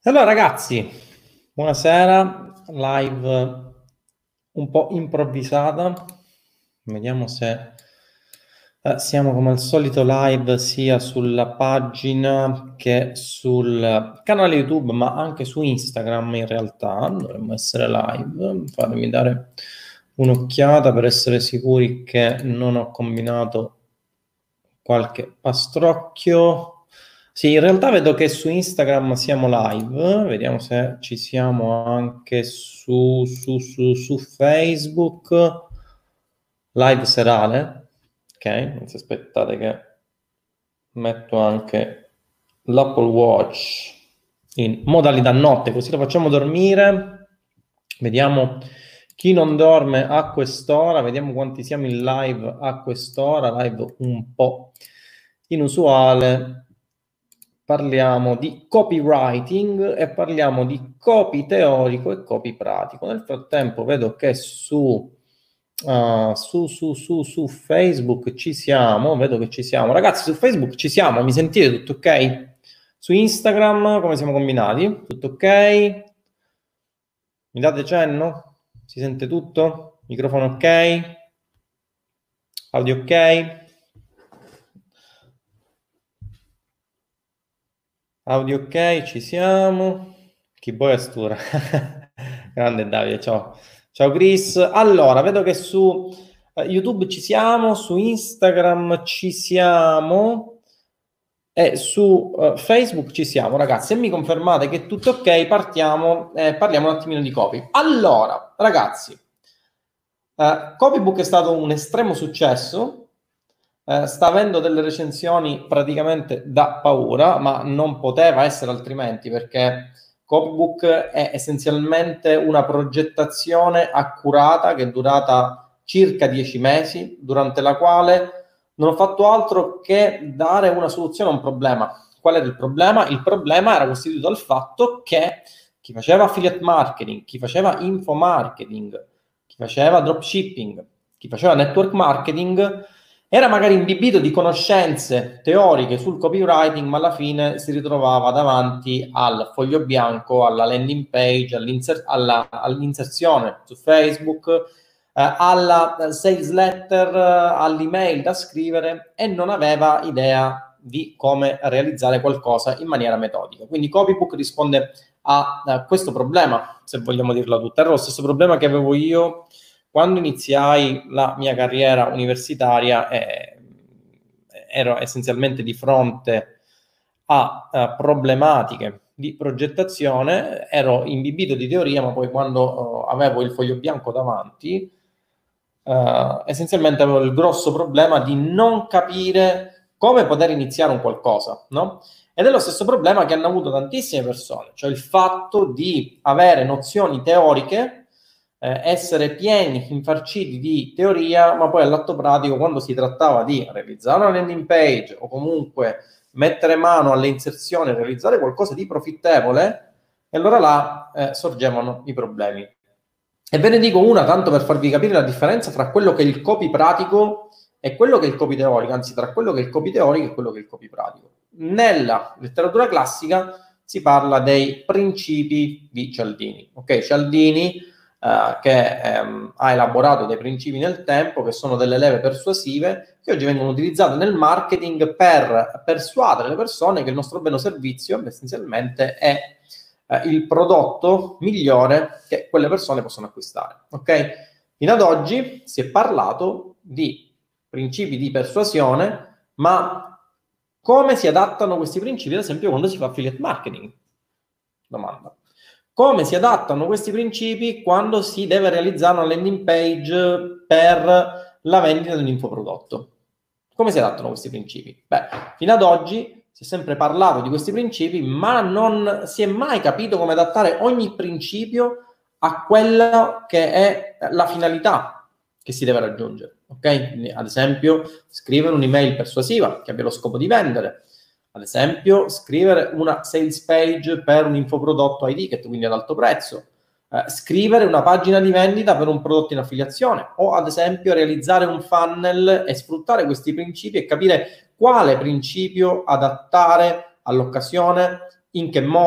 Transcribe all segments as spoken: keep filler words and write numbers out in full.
Allora ragazzi, buonasera, live un po' improvvisata, vediamo se eh, siamo come al solito live sia sulla pagina che sul canale YouTube, ma anche su Instagram in realtà, dovremmo essere live, fatemi dare un'occhiata per essere sicuri che non ho combinato qualche pastrocchio. Sì, in realtà vedo che su Instagram siamo live, vediamo se ci siamo anche su, su, su, su Facebook, live serale, ok? Anzi, aspettate che metto anche l'Apple Watch in modalità notte, così lo facciamo dormire, vediamo chi non dorme a quest'ora, vediamo quanti siamo in live a quest'ora, live un po' inusuale. Parliamo di copywriting e parliamo di copy teorico e copy pratico. Nel frattempo vedo che su, uh, su, su, su, su Facebook ci siamo, vedo che ci siamo. Ragazzi, su Facebook ci siamo, mi sentite tutto ok? Su Instagram come siamo combinati? Tutto ok? Mi date cenno? Si sente tutto? Microfono ok? Audio ok? Audio ok, ci siamo. Chi poi è stura? Grande Davide, ciao. Ciao Chris. Allora, vedo che su uh, YouTube ci siamo, su Instagram ci siamo e su uh, Facebook ci siamo. Ragazzi, se mi confermate che è tutto ok, partiamo e eh, parliamo un attimino di copy. Allora, ragazzi, uh, Copybook è stato un estremo successo. Uh, sta avendo delle recensioni praticamente da paura, ma non poteva essere altrimenti perché Copybook è essenzialmente una progettazione accurata che è durata circa dieci mesi, durante la quale non ho fatto altro che dare una soluzione a un problema. Qual era il problema? Il problema era costituito dal fatto che chi faceva affiliate marketing, chi faceva info marketing, chi faceva dropshipping, chi faceva network marketing era magari imbibito di conoscenze teoriche sul copywriting, ma alla fine si ritrovava davanti al foglio bianco, alla landing page, all'inser- alla, all'inserzione su Facebook, eh, alla sales letter, all'email da scrivere e non aveva idea di come realizzare qualcosa in maniera metodica. Quindi Copybook risponde a, a questo problema, se vogliamo dirla tutta. Era lo stesso problema che avevo io quando iniziai la mia carriera universitaria. Eh, ero essenzialmente di fronte a, a problematiche di progettazione, ero imbibito di teoria, ma poi quando uh, avevo il foglio bianco davanti, uh, essenzialmente avevo il grosso problema di non capire come poter iniziare un qualcosa, no? Ed è lo stesso problema che hanno avuto tantissime persone, cioè il fatto di avere nozioni teoriche, eh, essere pieni, infarciti di teoria, ma poi all'atto pratico, quando si trattava di realizzare una landing page o comunque mettere mano alle inserzioni, realizzare qualcosa di profittevole, e allora là eh, sorgevano i problemi. E ve ne dico una, tanto per farvi capire la differenza tra quello che è il copy pratico e quello che è il copy teorico, anzi tra quello che è il copy teorico e quello che è il copy pratico. Nella letteratura classica si parla dei principi di Cialdini. Ok, Cialdini Uh, che ehm, ha elaborato dei principi nel tempo che sono delle leve persuasive che oggi vengono utilizzate nel marketing per persuadere le persone che il nostro bene o servizio essenzialmente è uh, il prodotto migliore che quelle persone possono acquistare. Ok? Fino ad oggi si è parlato di principi di persuasione, ma come si adattano questi principi, ad esempio, quando si fa affiliate marketing? Domanda. Come si adattano questi principi quando si deve realizzare una landing page per la vendita di un infoprodotto? Come si adattano questi principi? Beh, fino ad oggi si è sempre parlato di questi principi, ma non si è mai capito come adattare ogni principio a quella che è la finalità che si deve raggiungere. Ok? Quindi, ad esempio, scrivere un'email persuasiva che abbia lo scopo di vendere. Ad esempio, scrivere una sales page per un infoprodotto high ticket, quindi ad alto prezzo, eh, scrivere una pagina di vendita per un prodotto in affiliazione, o ad esempio realizzare un funnel e sfruttare questi principi e capire quale principio adattare all'occasione, in che modo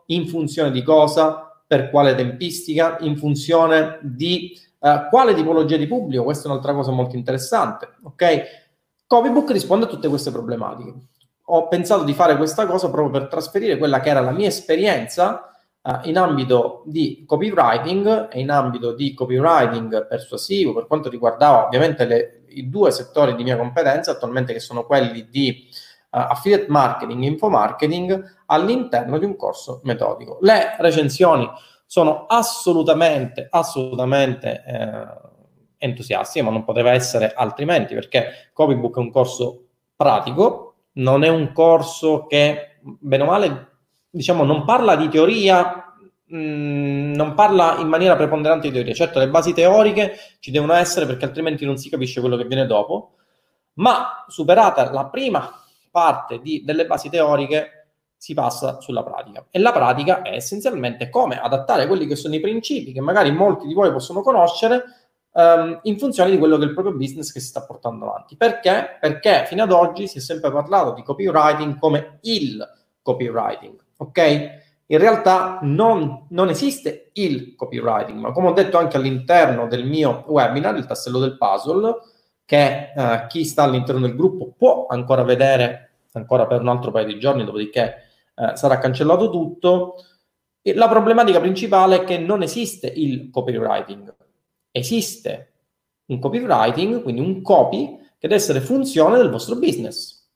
in funzione di cosa, per quale tempistica, in funzione di uh, quale tipologia di pubblico. Questa è un'altra cosa molto interessante, ok? Copybook risponde a tutte queste problematiche. Ho pensato di fare questa cosa proprio per trasferire quella che era la mia esperienza uh, in ambito di copywriting e in ambito di copywriting persuasivo, per quanto riguardava ovviamente le, i due settori di mia competenza attualmente, che sono quelli di uh, affiliate marketing e infomarketing, all'interno di un corso metodico. Le recensioni sono assolutamente, assolutamente eh, entusiastiche, ma non poteva essere altrimenti, perché Copybook è un corso pratico, non è un corso che, bene o male, diciamo, non parla di teoria, mh, non parla in maniera preponderante di teoria. Certo, le basi teoriche ci devono essere, perché altrimenti non si capisce quello che viene dopo, ma superata la prima parte di, delle basi teoriche, si passa sulla pratica. E la pratica è essenzialmente come adattare quelli che sono i principi che magari molti di voi possono conoscere um, in funzione di quello che è il proprio business che si sta portando avanti. Perché? Perché fino ad oggi si è sempre parlato di copywriting come il copywriting, ok? In realtà non, non esiste il copywriting, ma come ho detto anche all'interno del mio webinar, il tassello del puzzle, che uh, chi sta all'interno del gruppo può ancora vedere ancora per un altro paio di giorni, dopodiché eh, sarà cancellato tutto. E la problematica principale è che non esiste il copywriting. Esiste un copywriting, quindi un copy, che deve essere funzione del vostro business.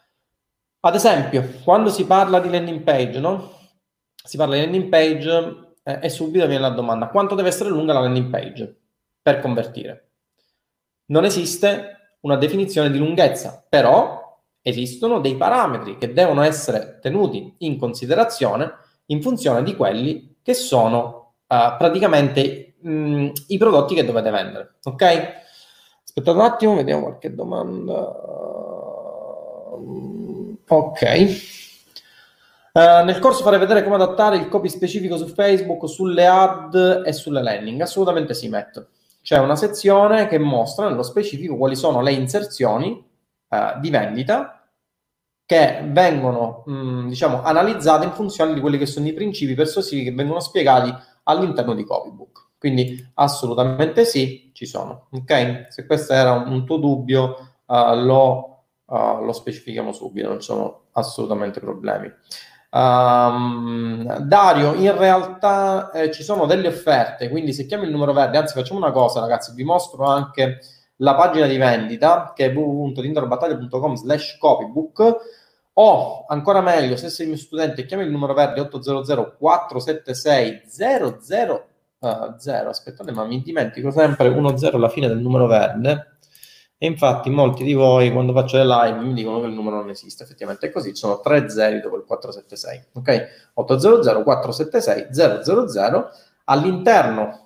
Ad esempio, quando si parla di landing page, no? Si parla di landing page eh, e subito viene la domanda: quanto deve essere lunga la landing page per convertire? Non esiste una definizione di lunghezza, però esistono dei parametri che devono essere tenuti in considerazione in funzione di quelli che sono uh, praticamente mh, i prodotti che dovete vendere, ok? Aspettate un attimo, vediamo qualche domanda. Ok. Uh, nel corso farei vedere come adattare il copy specifico su Facebook, sulle ad e sulle landing. Assolutamente sì, Matt. C'è una sezione che mostra nello specifico quali sono le inserzioni Uh, di vendita che vengono mh, diciamo analizzate in funzione di quelli che sono i principi persuasivi che vengono spiegati all'interno di Copybook. Quindi assolutamente sì, ci sono, ok? Se questo era un, un tuo dubbio uh, lo, uh, lo specifichiamo subito, non ci sono assolutamente problemi. Um, Dario, in realtà eh, ci sono delle offerte, quindi se chiami il numero verde, anzi facciamo una cosa ragazzi, vi mostro anche la pagina di vendita, che è w w w punto tinderobattaglia punto com slash copybook, o ancora meglio, se sei mio studente, chiami il numero verde otto zero zero quattro sette sei zero zero zero, aspettate, ma mi dimentico sempre uno zero alla fine del numero verde, e infatti molti di voi quando faccio le live mi dicono che il numero non esiste, effettivamente è così, ci sono tre zeri dopo il quattro sette sei, ok? otto zero zero quattro sette sei zero zero zero, all'interno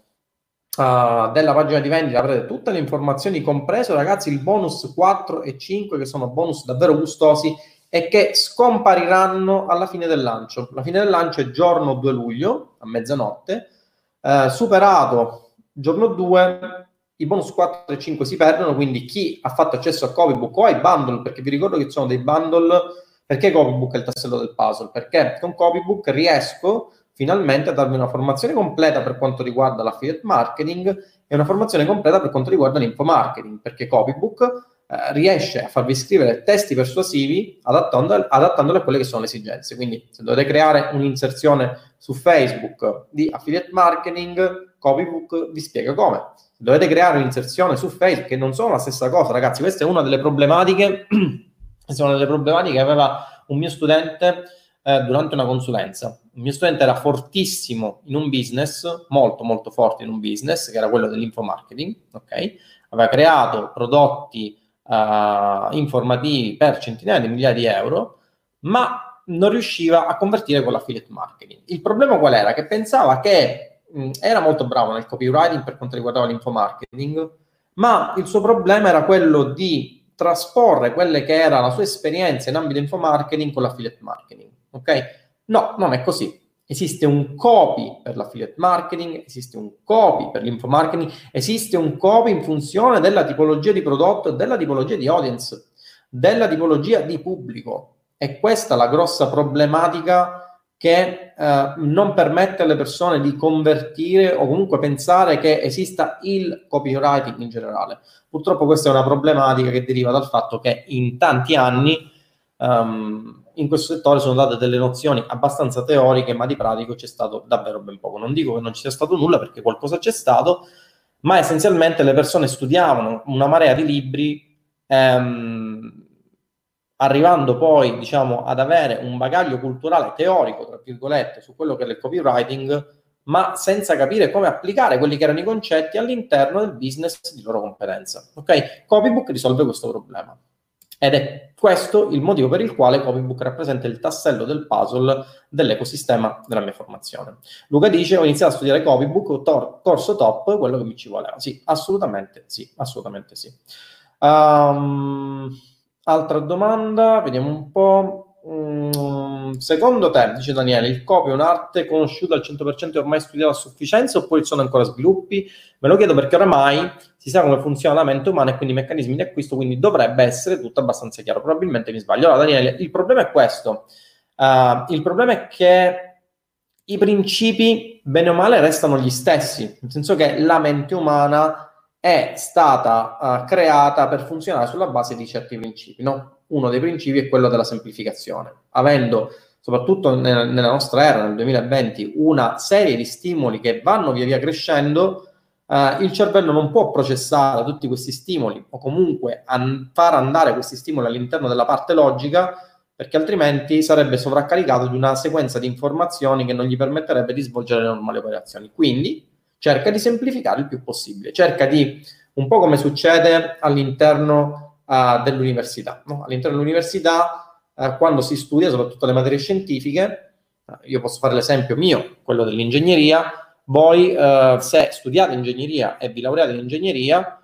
Uh, della pagina di vendita avrete tutte le informazioni, compreso ragazzi il bonus quattro e cinque, che sono bonus davvero gustosi e che scompariranno alla fine del lancio. La fine del lancio è giorno due luglio a mezzanotte, uh, superato giorno due i bonus quattro e cinque si perdono, quindi chi ha fatto accesso a Copybook o ai bundle, perché vi ricordo che ci sono dei bundle. Perché Copybook è il tassello del puzzle? Perché con Copybook riesco finalmente a darvi una formazione completa per quanto riguarda l'affiliate marketing e una formazione completa per quanto riguarda l'infomarketing, perché Copybook eh, riesce a farvi scrivere testi persuasivi adattando, adattandoli a quelle che sono le esigenze. Quindi se dovete creare un'inserzione su Facebook di affiliate marketing, Copybook vi spiega come. Se dovete creare un'inserzione su Facebook, che non sono la stessa cosa, ragazzi, questa è una delle problematiche sono delle problematiche che aveva un mio studente eh, durante una consulenza. Il mio studente era fortissimo in un business, molto molto forte in un business, che era quello dell'infomarketing, ok? Aveva creato prodotti uh, informativi per centinaia di migliaia di euro, ma non riusciva a convertire con l'affiliate marketing. Il problema qual era? Che pensava che mh, era molto bravo nel copywriting per quanto riguardava l'infomarketing, ma il suo problema era quello di trasporre quelle che era la sua esperienza in ambito infomarketing con l'affiliate marketing, ok? No, non è così. Esiste un copy per l'affiliate marketing, esiste un copy per l'infomarketing, esiste un copy in funzione della tipologia di prodotto, della tipologia di audience, della tipologia di pubblico. E questa è la grossa problematica che eh, non permette alle persone di convertire o comunque pensare che esista il copywriting in generale. Purtroppo questa è una problematica che deriva dal fatto che in tanti anni um, in questo settore sono date delle nozioni abbastanza teoriche, ma di pratico c'è stato davvero ben poco. Non dico che non ci sia stato nulla, perché qualcosa c'è stato, ma essenzialmente le persone studiavano una marea di libri, ehm, arrivando poi, diciamo, ad avere un bagaglio culturale teorico, tra virgolette, su quello che è il copywriting, ma senza capire come applicare quelli che erano i concetti all'interno del business di loro competenza. Ok? Copybook risolve questo problema. Ed è questo il motivo per il quale Copybook rappresenta il tassello del puzzle dell'ecosistema della mia formazione. Luca dice: ho iniziato a studiare Copybook, tor- corso top, quello che mi ci voleva. Sì, assolutamente sì, assolutamente sì. Um, altra domanda, vediamo un po'. Mm, secondo te, dice Daniele, il copy è un'arte conosciuta al cento per cento e ormai studiata a sufficienza, oppure ci sono ancora sviluppi? Me lo chiedo perché oramai si sa come funziona la mente umana e quindi i meccanismi di acquisto, quindi dovrebbe essere tutto abbastanza chiaro. Probabilmente mi sbaglio. Allora, Daniele, il problema è questo. Uh, il problema è che i principi, bene o male, restano gli stessi, nel senso che la mente umana è stata uh, creata per funzionare sulla base di certi principi, no? Uno dei principi è quello della semplificazione. Avendo, soprattutto nella, nella nostra era, nel duemilaventi, una serie di stimoli che vanno via via crescendo, uh, il cervello non può processare tutti questi stimoli o comunque an- far andare questi stimoli all'interno della parte logica, perché altrimenti sarebbe sovraccaricato di una sequenza di informazioni che non gli permetterebbe di svolgere le normali operazioni. Quindi cerca di semplificare il più possibile, cerca di, un po' come succede all'interno uh, dell'università, no? All'interno dell'università, uh, quando si studia, soprattutto le materie scientifiche, uh, io posso fare l'esempio mio, quello dell'ingegneria. Voi, uh, se studiate ingegneria e vi laureate in ingegneria,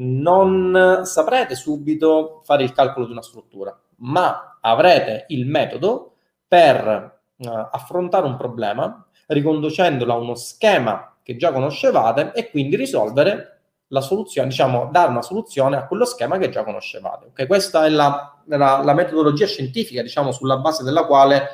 non saprete subito fare il calcolo di una struttura, ma avrete il metodo per uh, affrontare un problema, riconducendolo a uno schema che già conoscevate e quindi risolvere la soluzione, diciamo, dare una soluzione a quello schema che già conoscevate. Okay? Questa è la, la, la metodologia scientifica, diciamo, sulla base della quale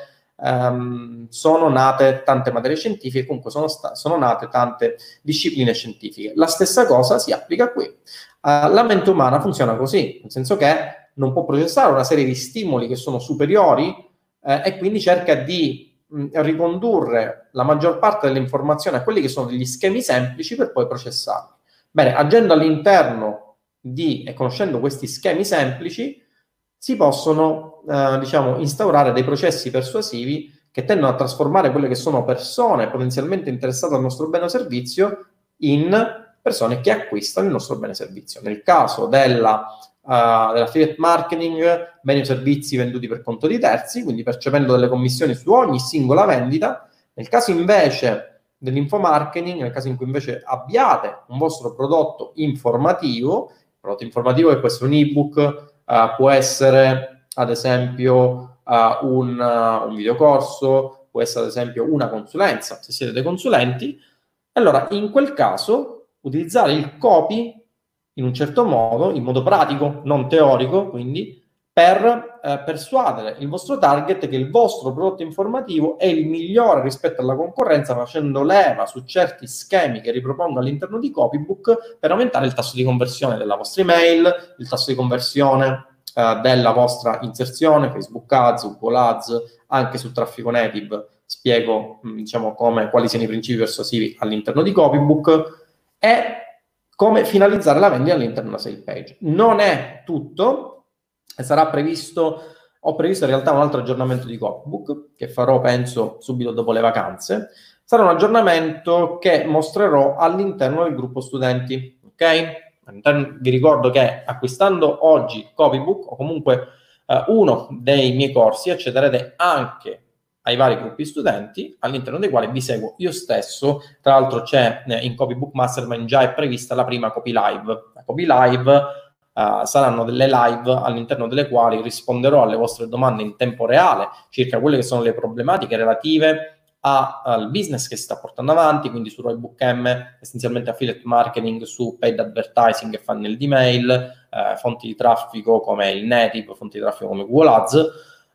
um, sono nate tante materie scientifiche, comunque sono, sta- sono nate tante discipline scientifiche. La stessa cosa si applica qui. Uh, la mente umana funziona così, nel senso che non può processare una serie di stimoli che sono superiori eh, e quindi cerca di mh, ricondurre la maggior parte delle informazioni a quelli che sono degli schemi semplici per poi processarli. Bene, agendo all'interno di e conoscendo questi schemi semplici si possono eh, diciamo instaurare dei processi persuasivi che tendono a trasformare quelle che sono persone potenzialmente interessate al nostro bene o servizio in persone che acquistano il nostro bene o servizio. Nel caso della Uh, dell'affiliate marketing, beni o servizi venduti per conto di terzi, quindi percependo delle commissioni su ogni singola vendita. Nel caso invece dell'infomarketing, nel caso in cui invece abbiate un vostro prodotto informativo, prodotto informativo che può essere un ebook, uh, può essere ad esempio uh, un, uh, un videocorso, può essere ad esempio una consulenza, se siete dei consulenti, allora in quel caso utilizzare il copy in un certo modo, in modo pratico, non teorico, quindi, per eh, persuadere il vostro target che il vostro prodotto informativo è il migliore rispetto alla concorrenza, facendo leva su certi schemi che ripropongo all'interno di Copybook per aumentare il tasso di conversione della vostra email, il tasso di conversione eh, della vostra inserzione, Facebook Ads, Google Ads, anche sul traffico native. Spiego, mh, diciamo, come, quali siano i principi persuasivi all'interno di Copybook e come finalizzare la vendita all'interno di una sales page. Non è tutto, sarà previsto, ho previsto in realtà un altro aggiornamento di Copybook che farò penso subito dopo le vacanze. Sarà un aggiornamento che mostrerò all'interno del gruppo studenti, ok? Vi ricordo che acquistando oggi Copybook o comunque eh, uno dei miei corsi accederete anche ai vari gruppi studenti all'interno dei quali vi seguo io stesso. Tra l'altro c'è eh, in Copybook Mastermind già è prevista la prima Copy Live. La Copy Live uh, saranno delle live all'interno delle quali risponderò alle vostre domande in tempo reale circa quelle che sono le problematiche relative a, al business che si sta portando avanti, quindi su Roybook M, essenzialmente affiliate marketing, su paid advertising e funnel di mail, eh, fonti di traffico come il native, fonti di traffico come Google Ads.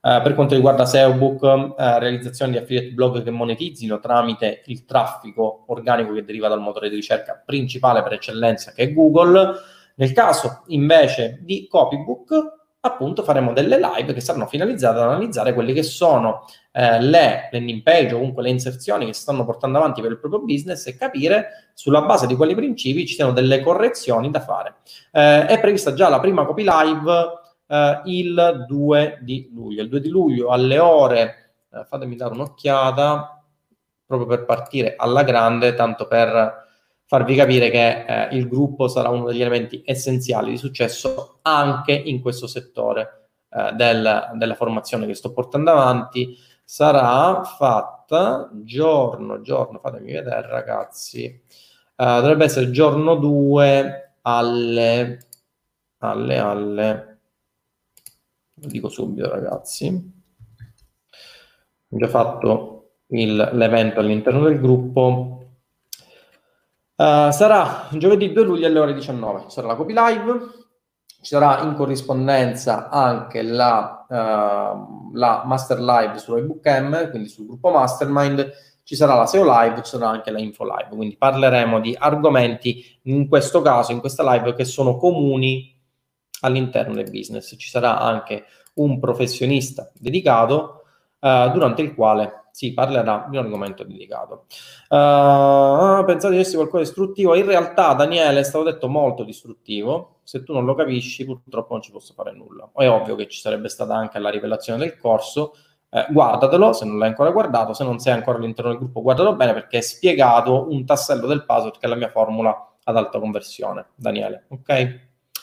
Uh, per quanto riguarda S E O book, uh, realizzazione di affiliate blog che monetizzino tramite il traffico organico che deriva dal motore di ricerca principale per eccellenza che è Google. Nel caso invece di copybook, appunto faremo delle live che saranno finalizzate ad analizzare quelle che sono eh, le landing page o comunque le inserzioni che si stanno portando avanti per il proprio business e capire sulla base di quali principi ci siano delle correzioni da fare. Eh, è prevista già la prima copy live eh, il due di luglio. Il due di luglio alle ore, eh, fatemi dare un'occhiata, proprio per partire alla grande, tanto per farvi capire che eh, il gruppo sarà uno degli elementi essenziali di successo anche in questo settore eh, del, della formazione che sto portando avanti. Sarà fatta giorno, giorno, fatemi vedere ragazzi, uh, dovrebbe essere giorno due alle, alle, alle, lo dico subito ragazzi, ho già fatto il, l'evento all'interno del gruppo. Uh, sarà giovedì due luglio alle ore diciannove, sarà la copy live, ci sarà in corrispondenza anche la, uh, la master live su iBook M, quindi sul gruppo Mastermind, ci sarà la S E O live, ci sarà anche la info live, quindi parleremo di argomenti, in questo caso, in questa live, che sono comuni all'interno del business. Ci sarà anche un professionista dedicato uh, durante il quale si parlerà di un argomento dedicato. Uh, pensate di essere qualcosa di istruttivo? In realtà, Daniele, è stato detto molto di istruttivo. Se tu non lo capisci, purtroppo non ci posso fare nulla. È ovvio che ci sarebbe stata anche la rivelazione del corso. Eh, guardatelo se non l'hai ancora guardato. Se non sei ancora all'interno del gruppo, guardatelo bene, perché è spiegato un tassello del puzzle che è la mia formula ad alta conversione. Daniele, ok?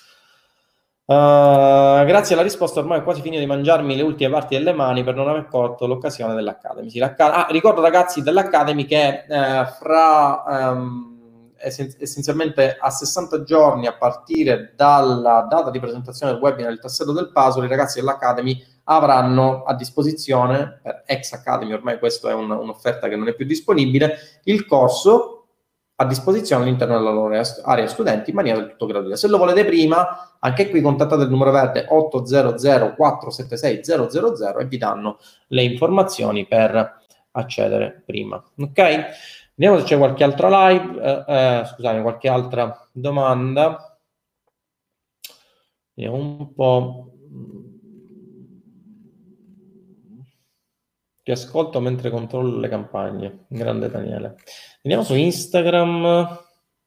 Uh, grazie alla risposta ormai ho quasi finito di mangiarmi le ultime parti delle mani per non aver colto l'occasione dell'Academy. Sì, ah, ricordo ragazzi dell'Academy che eh, fra um, essen- essenzialmente a sessanta giorni a partire dalla data di presentazione del webinar Il tassello del puzzle, i ragazzi dell'Academy avranno a disposizione, per ex Academy, ormai questa è un, un'offerta che non è più disponibile, il corso a disposizione all'interno della loro area studenti in maniera del tutto gratuita. Se lo volete prima, anche qui contattate il numero verde otto zero zero quattro sette sei zero zero zero e vi danno le informazioni per accedere prima. Ok? Vediamo se c'è qualche altra live, eh, eh, scusate, qualche altra domanda. Vediamo un po'. Ti ascolto mentre controllo le campagne. Grande Daniele. Vediamo su Instagram.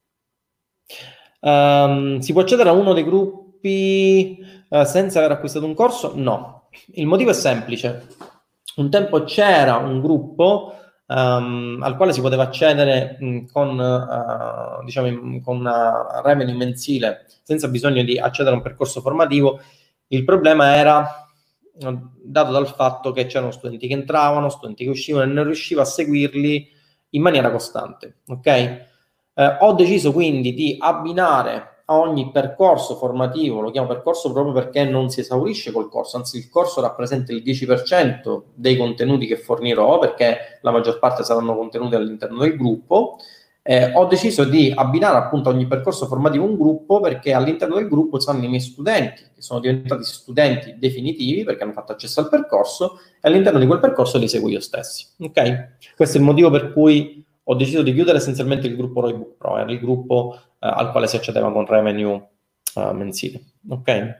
Um, si può accedere a uno dei gruppi uh, senza aver acquistato un corso? No. Il motivo è semplice. Un tempo c'era un gruppo um, al quale si poteva accedere mh, con, uh, diciamo, con una revenue mensile senza bisogno di accedere a un percorso formativo. Il problema era dato dal fatto che c'erano studenti che entravano, studenti che uscivano e non riuscivo a seguirli in maniera costante. Ok? Eh, ho deciso quindi di abbinare a ogni percorso formativo, lo chiamo percorso proprio perché non si esaurisce col corso, anzi il corso rappresenta il dieci per cento dei contenuti che fornirò, perché la maggior parte saranno contenuti all'interno del gruppo. Eh, ho deciso di abbinare appunto a ogni percorso formativo un gruppo, perché all'interno del gruppo saranno i miei studenti, che sono diventati studenti definitivi perché hanno fatto accesso al percorso, e all'interno di quel percorso li seguo io stessi. Ok? Questo è il motivo per cui ho deciso di chiudere essenzialmente il gruppo Roybook Pro, era il gruppo eh, al quale si accedeva con revenue eh, mensile. Ok?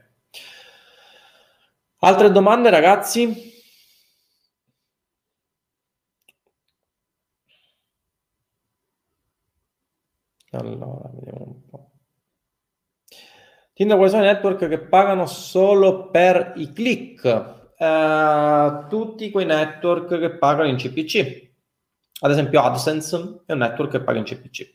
Altre domande, ragazzi? Allora, vediamo un po'. Tinder, quali sono i network che pagano solo per i click? Eh, tutti quei network che pagano in C P C. Ad esempio AdSense è un network che paga in C P C.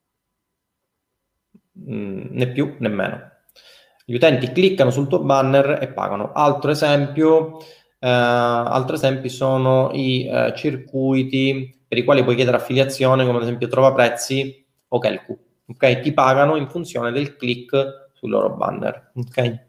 Mm, né più né meno. Gli utenti cliccano sul tuo banner e pagano. Altro esempio, eh, altri esempi sono i eh, circuiti per i quali puoi chiedere affiliazione, come ad esempio Trova Prezzi o Kelku. Ok? Ti pagano in funzione del click sul loro banner. Ok?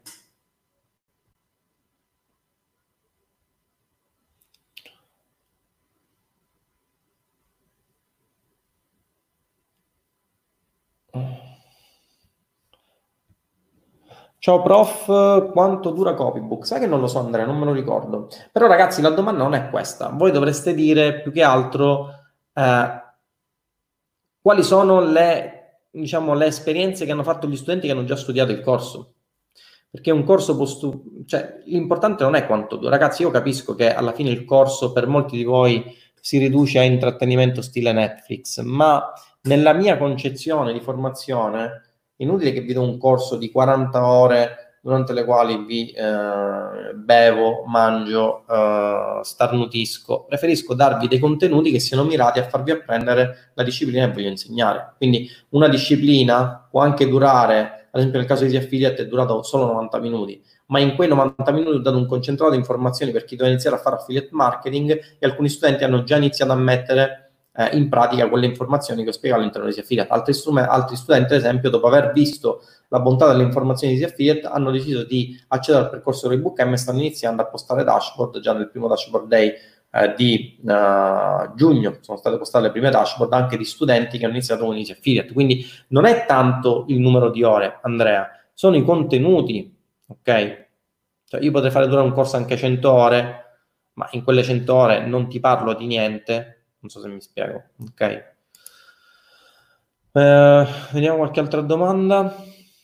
Ciao prof, quanto dura Copybook? Sai che non lo so Andrea, non me lo ricordo. Però ragazzi la domanda non è questa. Voi dovreste dire più che altro eh, quali sono le, diciamo, le esperienze che hanno fatto gli studenti che hanno già studiato il corso. Perché un corso può stu- cioè l'importante non è quanto dura. Ragazzi, io capisco che alla fine il corso per molti di voi si riduce a intrattenimento stile Netflix, ma nella mia concezione di formazione inutile che vi do un corso di quaranta ore durante le quali vi eh, bevo, mangio, eh, starnutisco. Preferisco darvi dei contenuti che siano mirati a farvi apprendere la disciplina che voglio insegnare. Quindi una disciplina può anche durare, ad esempio nel caso di Affiliate è durato solo novanta minuti, ma in quei novanta minuti ho dato un concentrato di informazioni per chi doveva iniziare a fare affiliate marketing e alcuni studenti hanno già iniziato a mettere eh, in pratica quelle informazioni che ho spiegato all'interno di Easy Affiliate. Altri, altri studenti, ad esempio, dopo aver visto la bontà delle informazioni di Easy Affiliate, hanno deciso di accedere al percorso di Bootcamp e stanno iniziando a postare dashboard. Già nel primo dashboard day eh, di uh, giugno sono state postate le prime dashboard anche di studenti che hanno iniziato con Easy Affiliate. Quindi non è tanto il numero di ore, Andrea, sono i contenuti, ok? Cioè io potrei fare durare un corso anche cento ore, ma in quelle cento ore non ti parlo di niente. Non so se mi spiego, ok? Eh, vediamo qualche altra domanda.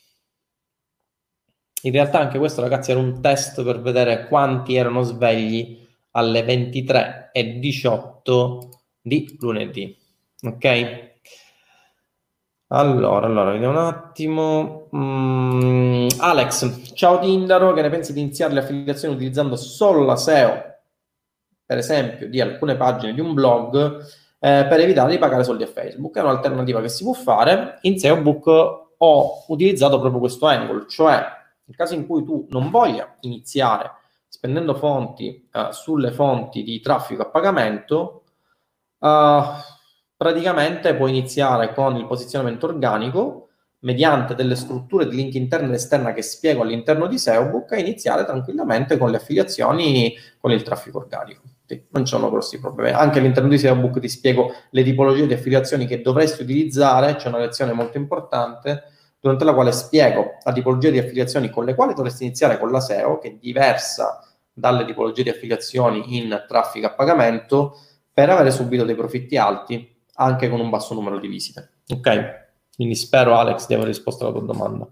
In realtà anche questo, ragazzi, era un test per vedere quanti erano svegli alle ventitré e diciotto di lunedì, ok? Allora, allora, vediamo un attimo. Mm, Alex, ciao Tindaro, che ne pensi di iniziare le affiliazioni utilizzando solo la S E O, per esempio, di alcune pagine di un blog, eh, per evitare di pagare soldi a Facebook? È un'alternativa che si può fare. In S E O Book ho utilizzato proprio questo angle, cioè nel caso in cui tu non voglia iniziare spendendo fonti eh, sulle fonti di traffico a pagamento, eh, praticamente puoi iniziare con il posizionamento organico mediante delle strutture di link interna ed esterna che spiego all'interno di S E O Book e iniziare tranquillamente con le affiliazioni con il traffico organico. Sì, non ci sono grossi problemi. Anche all'interno di S E O Book ti spiego le tipologie di affiliazioni che dovresti utilizzare. C'è una lezione molto importante durante la quale spiego la tipologia di affiliazioni con le quali dovresti iniziare con la S E O, che è diversa dalle tipologie di affiliazioni in traffico a pagamento, per avere subito dei profitti alti anche con un basso numero di visite. Ok? Quindi spero, Alex, di aver risposto alla tua domanda.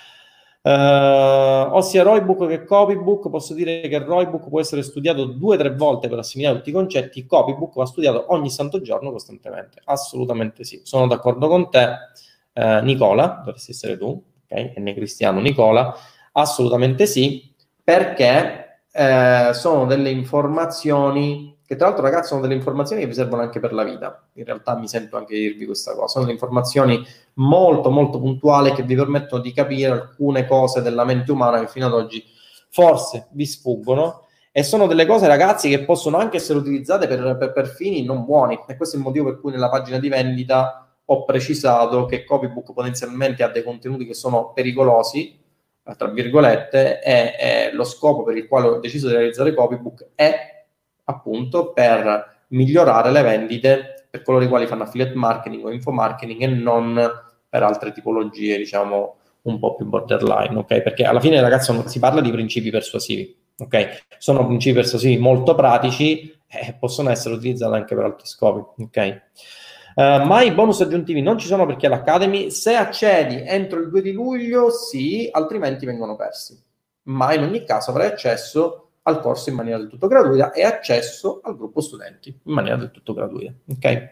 Uh, ossia Roybook che Copybook, posso dire che Roybook può essere studiato due o tre volte per assimilare tutti i concetti. Copybook va studiato ogni santo giorno costantemente. Assolutamente sì, sono d'accordo con te. Uh, Nicola, dovresti essere tu, ok? N Cristiano Nicola, assolutamente sì, perché eh, sono delle informazioni che tra l'altro, ragazzi, sono delle informazioni che vi servono anche per la vita. In realtà mi sento anche di dirvi questa cosa. Sono delle informazioni molto, molto puntuali che vi permettono di capire alcune cose della mente umana che fino ad oggi forse vi sfuggono. E sono delle cose, ragazzi, che possono anche essere utilizzate per, per, per fini non buoni. E questo è il motivo per cui nella pagina di vendita ho precisato che Copybook potenzialmente ha dei contenuti che sono pericolosi, tra virgolette, e, e lo scopo per il quale ho deciso di realizzare Copybook è appunto per migliorare le vendite per coloro i quali fanno affiliate marketing o infomarketing e non per altre tipologie, diciamo, un po' più borderline, ok? Perché alla fine, ragazzi, si parla di principi persuasivi, ok? Sono principi persuasivi molto pratici e possono essere utilizzati anche per altri scopi, ok? Uh, ma i bonus aggiuntivi non ci sono perché l'Academy, se accedi entro il due di luglio, sì, altrimenti vengono persi. Ma in ogni caso avrai accesso al corso in maniera del tutto gratuita e accesso al gruppo studenti in maniera del tutto gratuita, ok?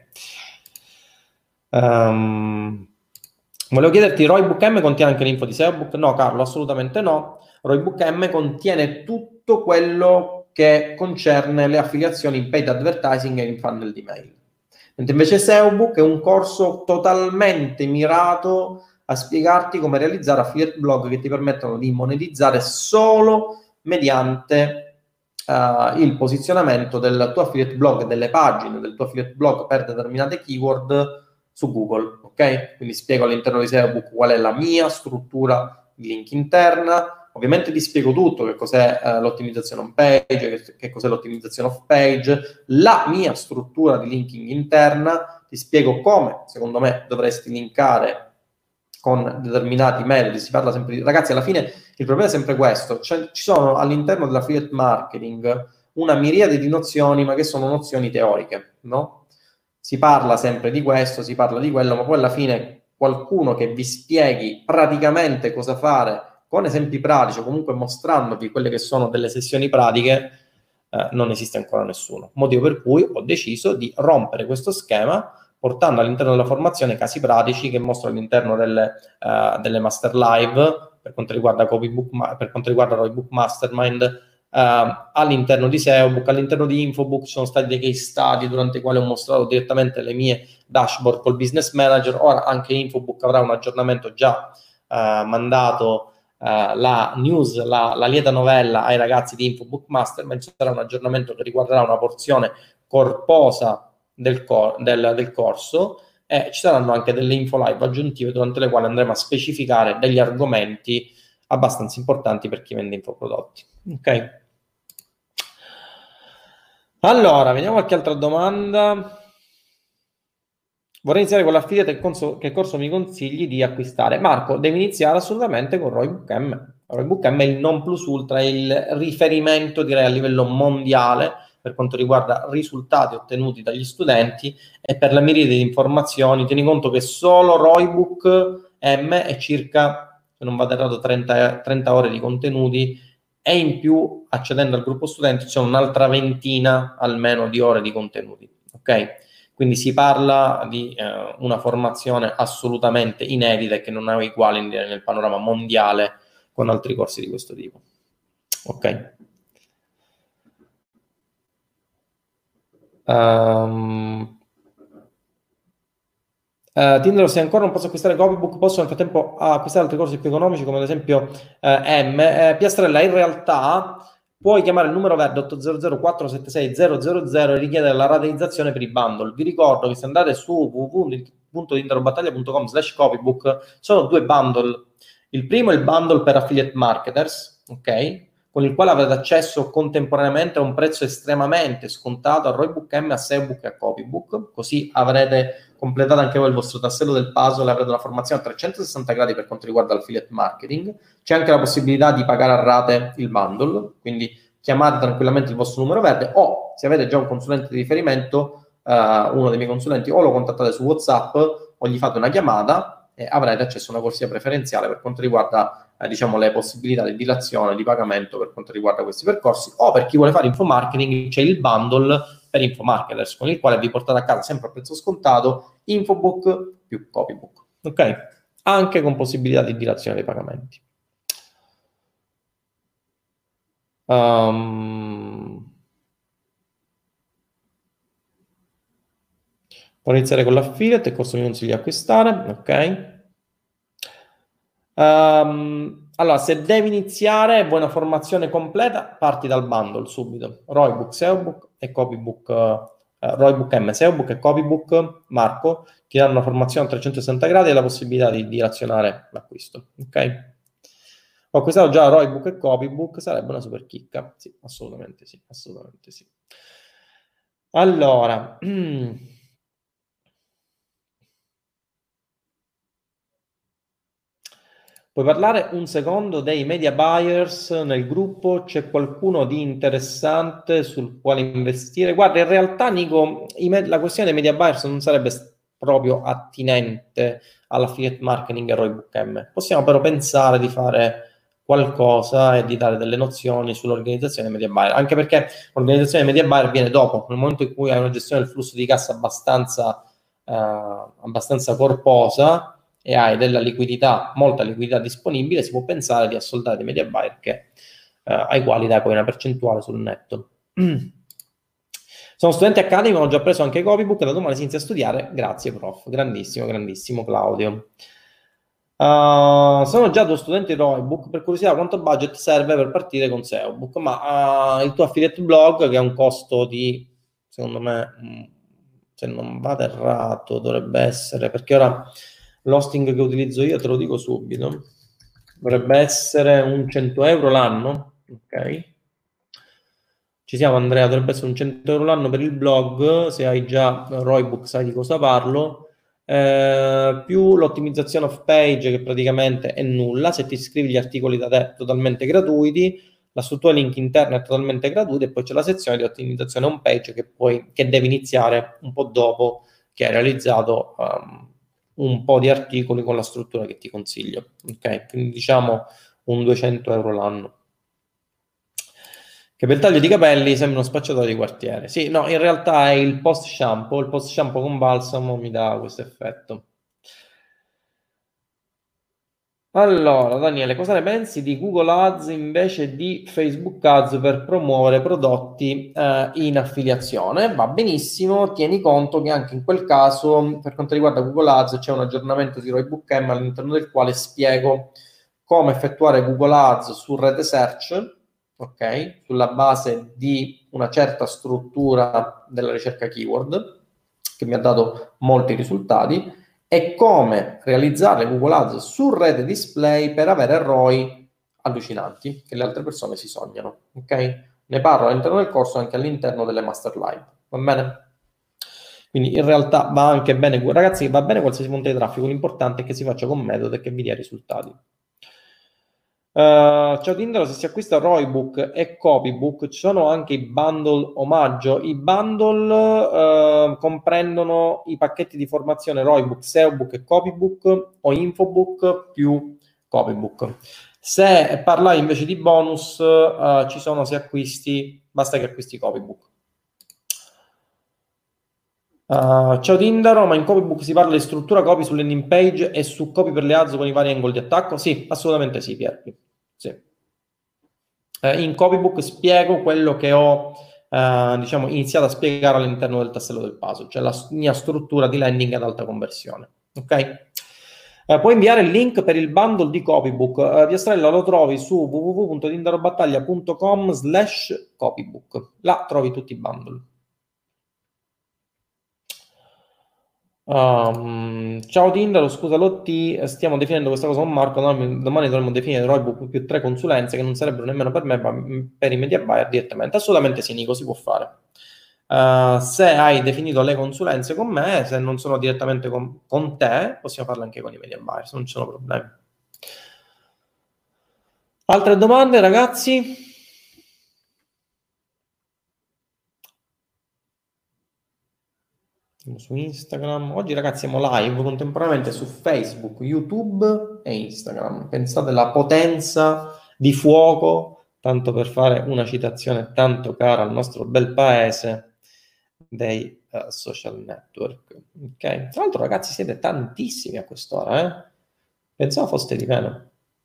Um, volevo chiederti, Roybook M contiene anche l'info di S E O Book? No, Carlo, assolutamente no. Roybook M contiene tutto quello che concerne le affiliazioni in paid advertising e in funnel di mail. Mentre invece S E O Book è un corso totalmente mirato a spiegarti come realizzare affiliate blog che ti permettono di monetizzare solo mediante uh, il posizionamento del tuo affiliate blog, delle pagine del tuo affiliate blog per determinate keyword su Google, ok? Quindi spiego all'interno di S E O Book qual è la mia struttura di link interna. Ovviamente ti spiego tutto, che cos'è uh, l'ottimizzazione on page, che, che cos'è l'ottimizzazione off page, la mia struttura di linking interna, ti spiego come, secondo me, dovresti linkare con determinati metodi, si parla sempre di... Ragazzi, alla fine il problema è sempre questo, cioè, ci sono all'interno dell'affiliate marketing una miriade di nozioni, ma che sono nozioni teoriche, no? Si parla sempre di questo, si parla di quello, ma poi alla fine qualcuno che vi spieghi praticamente cosa fare, con esempi pratici o comunque mostrandovi quelle che sono delle sessioni pratiche, eh, non esiste ancora nessuno. Motivo per cui ho deciso di rompere questo schema portando all'interno della formazione casi pratici che mostro all'interno delle, uh, delle master live per quanto riguarda Copybook, per quanto riguarda Roybook Mastermind, uh, all'interno di SEObook, all'interno di Infobook ci sono stati dei case study durante i quali ho mostrato direttamente le mie dashboard col business manager. Ora anche Infobook avrà un aggiornamento già uh, mandato. Uh, la news, la, la lieta novella ai ragazzi di Infobook Mastermind. Ci sarà un aggiornamento che riguarderà una porzione corposa del, cor- del, del corso, e ci saranno anche delle info live aggiuntive durante le quali andremo a specificare degli argomenti abbastanza importanti per chi vende infoprodotti. Ok? Allora, vediamo qualche altra domanda. Vorrei iniziare con l'affiliate, che, che corso mi consigli di acquistare? Marco, devi iniziare assolutamente con Roybook M. Roybook M è il non plus ultra, è il riferimento, direi, a livello mondiale per quanto riguarda risultati ottenuti dagli studenti e per la miriade di informazioni. Tieni conto che solo Roybook M è circa, se non vado errato, trenta, trenta ore di contenuti, e in più, accedendo al gruppo studenti, c'è un'altra ventina almeno di ore di contenuti. Ok? Quindi si parla di eh, una formazione assolutamente inedita e che non ha uguali nel panorama mondiale con altri corsi di questo tipo. Ok. Um, Uh, Tinder, se ancora non posso acquistare Copybook, posso nel frattempo acquistare altri corsi più economici come ad esempio uh, M. Uh, Piastrella, in realtà puoi chiamare il numero verde otto zero zero quattro sette sei zero zero zero e richiedere la rateizzazione per i bundle. Vi ricordo che se andate su w w w punto tinderobattaglia punto com slash copybook sono due bundle. Il primo è il bundle per affiliate marketers, ok? Con il quale avrete accesso contemporaneamente a un prezzo estremamente scontato a Roybook M, a SEObook e a Copybook, così avrete completato anche voi il vostro tassello del puzzle e avrete una formazione a trecentosessanta gradi per quanto riguarda l'affiliate marketing. C'è anche la possibilità di pagare a rate il bundle, quindi chiamate tranquillamente il vostro numero verde, o se avete già un consulente di riferimento, eh, uno dei miei consulenti, o lo contattate su WhatsApp o gli fate una chiamata e avrete accesso a una corsia preferenziale per quanto riguarda eh, diciamo le possibilità di dilazione, di pagamento per quanto riguarda questi percorsi. O per chi vuole fare info marketing c'è il bundle per infomarketers, con il quale vi portate a casa sempre a prezzo scontato Infobook più Copybook, ok? Anche con possibilità di dilazione dei pagamenti. Um, può iniziare con l'affiliate, il corso mi consigli di acquistare, ok? Um, allora, se devi iniziare, vuoi una formazione completa, parti dal bundle subito. Roybook, SEObook e Copybook, uh, Roybook M, SEObook e Copybook, Marco, ti danno una formazione a trecentosessanta gradi e la possibilità di dilazionare l'acquisto, ok? Ho acquistato già Roybook e Copybook, sarebbe una super chicca. Sì, assolutamente sì, assolutamente sì. Allora... Puoi parlare un secondo dei media buyers nel gruppo? C'è qualcuno di interessante sul quale investire? Guarda, in realtà, Nico, la questione dei media buyers non sarebbe proprio attinente all'affiliate marketing e Roybook M. Possiamo però pensare di fare qualcosa e di dare delle nozioni sull'organizzazione dei media buyer, anche perché l'organizzazione dei media buyer viene dopo, nel momento in cui hai una gestione del flusso di cassa abbastanza, eh, abbastanza corposa e hai della liquidità, molta liquidità disponibile, si può pensare di assoldare dei media buyer che, eh, ai quali dai poi una percentuale sul netto. Sono studente Academy, ho già preso anche Copybook, da domani si inizia a studiare. Grazie, prof. Grandissimo, grandissimo, Claudio. Uh, sono già due studenti Roybook, per curiosità quanto budget serve per partire con SEObook? Ma uh, il tuo affiliate blog, che ha un costo di, secondo me, se non vado errato, dovrebbe essere, perché ora l'hosting che utilizzo io, te lo dico subito, dovrebbe essere un cento euro l'anno, ok? Ci siamo, Andrea, dovrebbe essere un cento euro l'anno per il blog. Se hai già Roybook sai di cosa parlo. eh, più l'ottimizzazione off page, che praticamente è nulla, se ti iscrivi gli articoli da te totalmente gratuiti, la struttura link interna è totalmente gratuita, e poi c'è la sezione di ottimizzazione home page che poi che deve iniziare un po' dopo che hai realizzato um, un po' di articoli con la struttura che ti consiglio, ok? Quindi diciamo un duecento euro l'anno. Che per il taglio di capelli sembra uno spacciatore di quartiere. Sì, no, in realtà è il post shampoo, il post shampoo con balsamo mi dà questo effetto. Allora, Daniele, cosa ne pensi di Google Ads invece di Facebook Ads per promuovere prodotti eh, in affiliazione? Va benissimo, tieni conto che anche in quel caso, per quanto riguarda Google Ads, c'è un aggiornamento di Roybook M all'interno del quale spiego come effettuare Google Ads su rete search, ok? Sulla base di una certa struttura della ricerca keyword, che mi ha dato molti risultati, e come realizzare Google Ads su rete display per avere R O I allucinanti che le altre persone si sognano, ok? Ne parlo all'interno del corso e anche all'interno delle master live, va bene? Quindi in realtà va anche bene, ragazzi, va bene qualsiasi fonte di traffico, l'importante è che si faccia con metodo e che vi dia risultati. Uh, ciao Tindaro, se si acquista Roybook e Copybook ci sono anche i bundle omaggio. I bundle uh, comprendono i pacchetti di formazione Roybook, S E O Book e Copybook o Infobook più Copybook. Se parlai invece di bonus, uh, ci sono se acquisti, basta che acquisti Copybook. Uh, ciao Tindaro, ma in Copybook si parla di struttura copy su landing page e su copy per le ads con i vari angle di attacco? Sì, assolutamente sì, Pierpi. Sì. Uh, in Copybook spiego quello che ho uh, diciamo, iniziato a spiegare all'interno del tassello del puzzle, cioè la mia struttura di landing ad alta conversione. Ok? Uh, puoi inviare il link per il bundle di Copybook. Uh, Piastrella lo trovi su w w w punto tindarobattaglia punto com slash copybook. Là trovi tutti i bundle. Um, ciao Tindaro, scusa Lotti, stiamo definendo questa cosa con Marco, domani, domani dovremmo definire Roybook più tre consulenze che non sarebbero nemmeno per me, ma per i media buyer direttamente. Assolutamente sì, Nico, si può fare. Uh, se hai definito le consulenze con me, se non sono direttamente con, con te, possiamo farle anche con i media buyer, non ci sono problemi. Altre domande, ragazzi? Su Instagram. Oggi ragazzi siamo live contemporaneamente su Facebook, YouTube e Instagram. Pensate alla potenza di fuoco, tanto per fare una citazione tanto cara al nostro bel paese, dei uh, social network. Ok. Tra l'altro ragazzi siete tantissimi a quest'ora, eh? Pensavo foste di meno.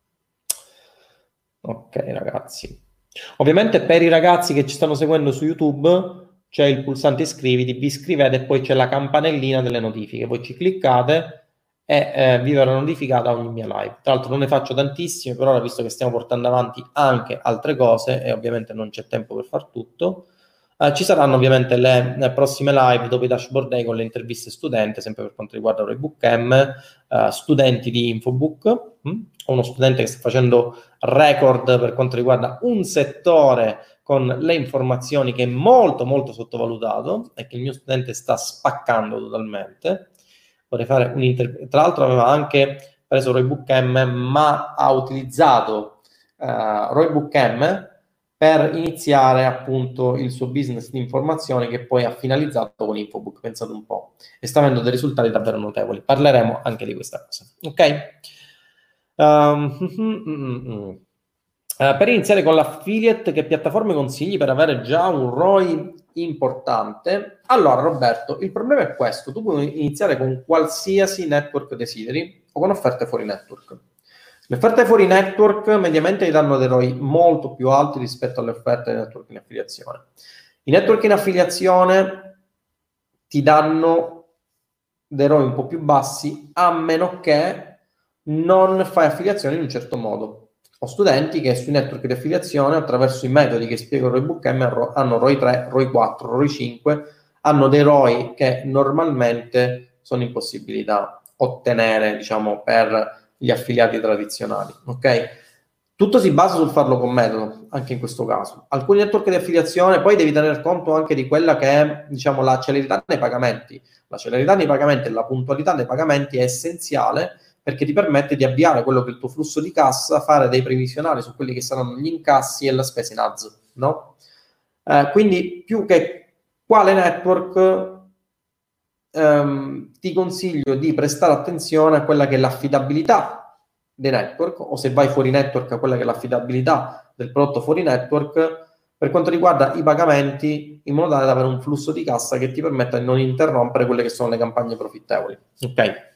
Ok ragazzi. Ovviamente per i ragazzi che ci stanno seguendo su YouTube c'è il pulsante iscriviti, vi iscrivete e poi c'è la campanellina delle notifiche, voi ci cliccate e eh, vi verrà notificata ogni mia live. Tra l'altro non ne faccio tantissime per ora, visto che stiamo portando avanti anche altre cose e ovviamente non c'è tempo per far tutto. Eh, ci saranno ovviamente le, le prossime live dopo i dashboard day con le interviste studente, sempre per quanto riguarda Roybook M, eh, studenti di Infobook. Hm? Ho uno studente che sta facendo record per quanto riguarda un settore con le informazioni che è molto molto sottovalutato e che il mio studente sta spaccando totalmente. Vorrei fare un'intervista. Tra l'altro aveva anche preso Roybook M, ma ha utilizzato uh, Roybook M per iniziare appunto il suo business di informazione che poi ha finalizzato con Infobook, pensate un po', e sta avendo dei risultati davvero notevoli. Parleremo anche di questa cosa, ok? Um, mm, mm, mm. Uh, per iniziare con l'affiliate, che piattaforme consigli per avere già un R O I importante? Allora Roberto, il problema è questo: tu puoi iniziare con qualsiasi network desideri o con offerte fuori network. Le offerte fuori network mediamente ti danno dei R O I molto più alti rispetto alle offerte dei network in affiliazione. I network in affiliazione ti danno dei R O I un po' più bassi, a meno che non fai affiliazione in un certo modo. Ho studenti che sui network di affiliazione, attraverso i metodi che spiego Roybook M, hanno R O I tre, R O I quattro, R O I cinque, hanno dei R O I che normalmente sono impossibili da ottenere, diciamo, per gli affiliati tradizionali, ok? Tutto si basa sul farlo con metodo, anche in questo caso. Alcuni network di affiliazione, poi devi tener conto anche di quella che è, diciamo, la celerità nei pagamenti. La celerità nei pagamenti e la puntualità nei pagamenti è essenziale perché ti permette di avviare quello che è il tuo flusso di cassa, fare dei previsionali su quelli che saranno gli incassi e la spesa in A Z, no? Eh, quindi più che quale network, ehm, ti consiglio di prestare attenzione a quella che è l'affidabilità dei network, o se vai fuori network a quella che è l'affidabilità del prodotto fuori network per quanto riguarda i pagamenti, in modo tale da avere un flusso di cassa che ti permetta di non interrompere quelle che sono le campagne profittevoli. Ok.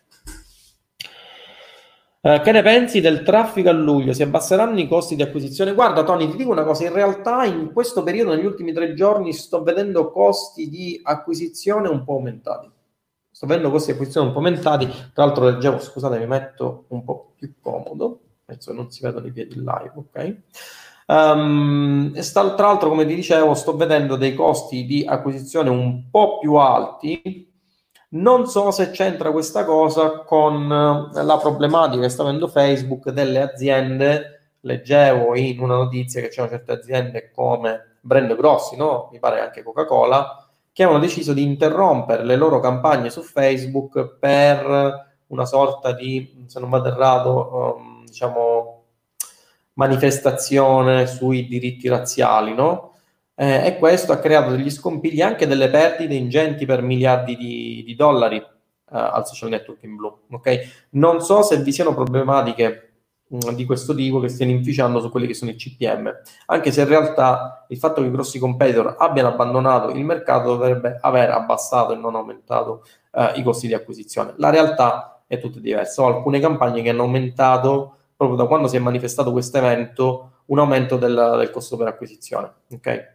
Uh, che ne pensi del traffico a luglio? Si abbasseranno i costi di acquisizione? Guarda Tony, ti dico una cosa, in realtà in questo periodo, negli ultimi tre giorni, sto vedendo costi di acquisizione un po' aumentati. Sto vedendo costi di acquisizione un po' aumentati. Tra l'altro leggevo, scusate, mi metto un po' più comodo, penso che non si vedono i piedi in live, ok? Um, e sta, tra l'altro, come ti dicevo, sto vedendo dei costi di acquisizione un po' più alti. Non so se c'entra questa cosa con la problematica che sta avendo Facebook delle aziende. Leggevo in una notizia che c'erano certe aziende come brand grossi, no? Mi pare anche Coca-Cola, che hanno deciso di interrompere le loro campagne su Facebook per una sorta di, se non vado errato, um, diciamo, manifestazione sui diritti razziali, no? Eh, e questo ha creato degli scompigli, anche delle perdite ingenti per miliardi di, di dollari eh, al social network in blu. Okay? Non so se vi siano problematiche mh, di questo tipo che stiano inficiando su quelli che sono i C P M, anche se in realtà il fatto che i grossi competitor abbiano abbandonato il mercato dovrebbe aver abbassato e non aumentato eh, i costi di acquisizione. La realtà è tutta diversa. Ho alcune campagne che hanno aumentato proprio da quando si è manifestato questo evento un aumento del, del costo per acquisizione. Ok?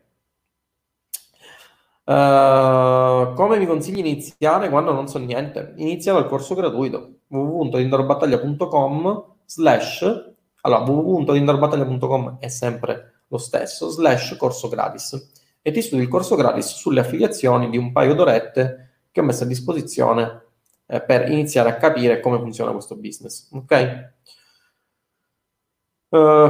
Uh, come mi consigli iniziare quando non so niente? Inizia dal corso gratuito w w w punto tinderbattaglia punto com slash allora w w w punto tinderbattaglia punto com è sempre lo stesso slash corso gratis e ti studi il corso gratis sulle affiliazioni di un paio d'orette che ho messo a disposizione eh, per iniziare a capire come funziona questo business. Ok? Uh,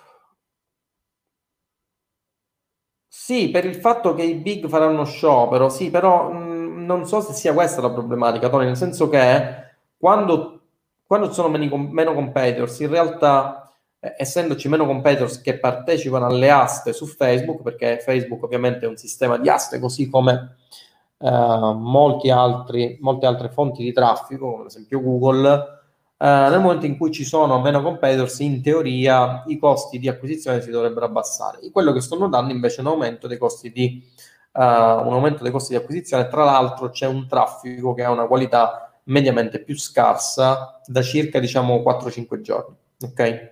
Sì, per il fatto che i big faranno sciopero, sì, però mh, non so se sia questa la problematica, Tony, nel senso che quando, quando ci sono meno, meno competitors, in realtà, eh, essendoci meno competitors che partecipano alle aste su Facebook, perché Facebook ovviamente è un sistema di aste, così come eh, molti altri, molte altre fonti di traffico, come ad esempio Google, eh, nel momento in cui ci sono meno competitors, in teoria i costi di acquisizione si dovrebbero abbassare. Quello che sto notando invece è un aumento dei costi di, uh, un aumento dei costi di acquisizione. Tra l'altro c'è un traffico che ha una qualità mediamente più scarsa da circa, diciamo, quattro cinque giorni. Ok?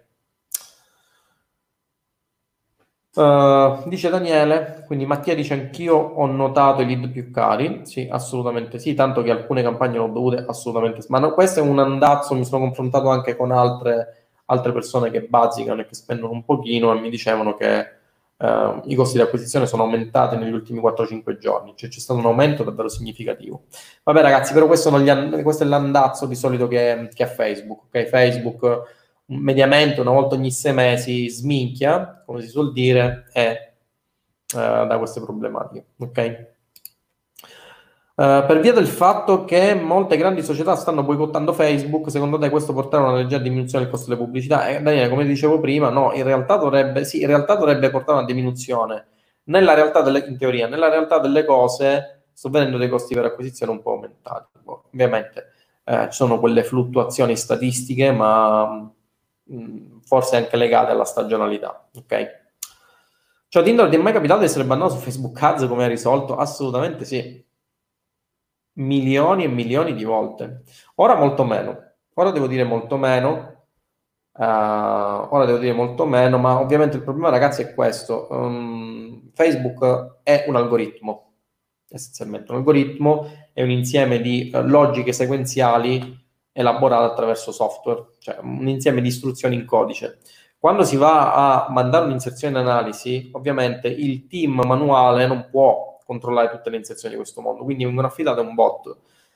Uh, dice Daniele, quindi Mattia dice anch'io ho notato i lead più cari, sì, assolutamente sì, tanto che alcune campagne l'ho dovute assolutamente, ma no, questo è un andazzo, mi sono confrontato anche con altre, altre persone che bazzicano e che spendono un pochino e mi dicevano che uh, i costi di acquisizione sono aumentati negli ultimi quattro cinque giorni, cioè c'è stato un aumento davvero significativo. Vabbè ragazzi, però questo, non gli ha, questo è l'andazzo di solito che, che ha Facebook, ok? Facebook mediamente una volta ogni sei mesi sminchia, come si suol dire, e uh, da queste problematiche, ok? Uh, per via del fatto che molte grandi società stanno boicottando Facebook, secondo te questo porterà a una leggera diminuzione del costo delle pubblicità? Eh, Daniele, come dicevo prima, no, in realtà dovrebbe, sì, in realtà dovrebbe portare a una diminuzione. Nella realtà delle, in teoria, nella realtà delle cose, sto vedendo dei costi per acquisizione un po' aumentati. Ovviamente eh, ci sono quelle fluttuazioni statistiche, ma forse anche legate alla stagionalità, ok? Cioè, Tinder ti è mai capitato di essere bannato su Facebook Ads come hai risolto? Assolutamente sì. Milioni e milioni di volte. Ora molto meno. Ora devo dire molto meno. Uh, ora devo dire molto meno, ma ovviamente il problema, ragazzi, è questo. Um, Facebook è un algoritmo, essenzialmente un algoritmo, è un insieme di uh, logiche sequenziali elaborate attraverso software, cioè un insieme di istruzioni in codice. Quando si va a mandare un'inserzione in analisi, ovviamente il team manuale non può controllare tutte le inserzioni di questo mondo, quindi vengono affidate a un bot.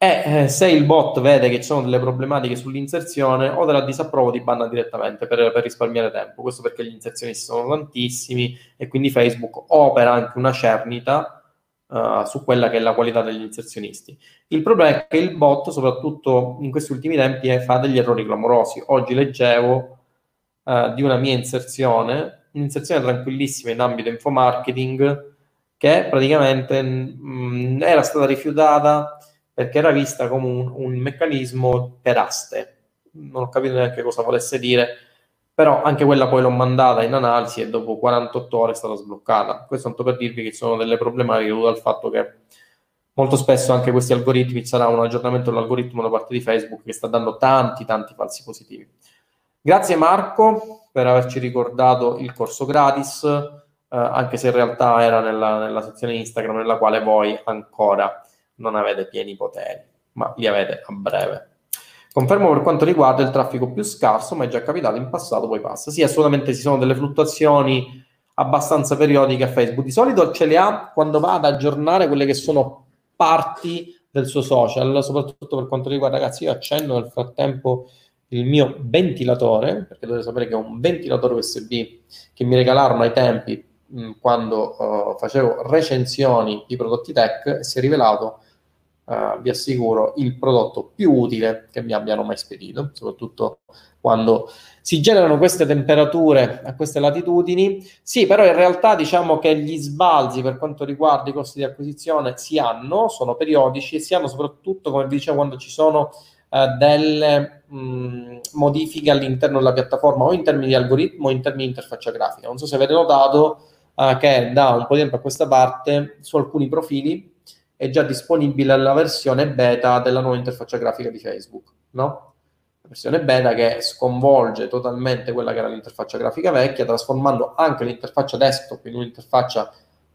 E eh, se il bot vede che ci sono delle problematiche sull'inserzione, o te la disapprovo, ti banna direttamente per, per risparmiare tempo. Questo perché gli inserzionisti sono tantissimi e quindi Facebook opera anche una cernita uh, su quella che è la qualità degli inserzionisti. Il problema è che il bot, soprattutto in questi ultimi tempi, eh, fa degli errori clamorosi. Oggi leggevo uh, di una mia inserzione, un'inserzione tranquillissima in ambito infomarketing, che praticamente mh, era stata rifiutata perché era vista come un, un meccanismo per aste. Non ho capito neanche cosa volesse dire, però anche quella poi l'ho mandata in analisi e dopo quarantotto ore è stata sbloccata. Questo tanto per dirvi che ci sono delle problematiche dovute al fatto che molto spesso anche questi algoritmi, sarà un aggiornamento dell'algoritmo da parte di Facebook che sta dando tanti tanti falsi positivi. Grazie Marco per averci ricordato il corso gratis, eh, anche se in realtà era nella, nella sezione Instagram nella quale voi ancora non avete pieni poteri, ma li avete a breve. Confermo per quanto riguarda il traffico più scarso, ma è già capitato in passato, poi passa. Sì, assolutamente ci sono delle fluttuazioni abbastanza periodiche a Facebook. Di solito ce le ha quando va ad aggiornare quelle che sono parti del suo social, soprattutto per quanto riguarda, ragazzi, io accendo nel frattempo il mio ventilatore, perché dovete sapere che è un ventilatore U S B che mi regalarono ai tempi mh, quando uh, facevo recensioni di prodotti tech, e si è rivelato, Uh, vi assicuro, il prodotto più utile che mi abbiano mai spedito, soprattutto quando si generano queste temperature a queste latitudini. Sì, però in realtà diciamo che gli sbalzi per quanto riguarda i costi di acquisizione si hanno, sono periodici e si hanno soprattutto, come vi dicevo, quando ci sono uh, delle mh, modifiche all'interno della piattaforma, o in termini di algoritmo o in termini di interfaccia grafica. Non so se avete notato uh, che da un po' di tempo a questa parte su alcuni profili è già disponibile la versione beta della nuova interfaccia grafica di Facebook, no? La versione beta che sconvolge totalmente quella che era l'interfaccia grafica vecchia, trasformando anche l'interfaccia desktop in un'interfaccia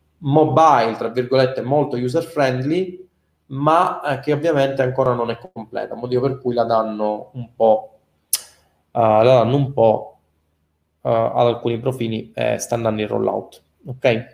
mobile, tra virgolette, molto user friendly, ma eh, che ovviamente ancora non è completa, motivo per cui la danno un po', uh, la danno un po' uh, ad alcuni profili e sta andando in rollout, ok?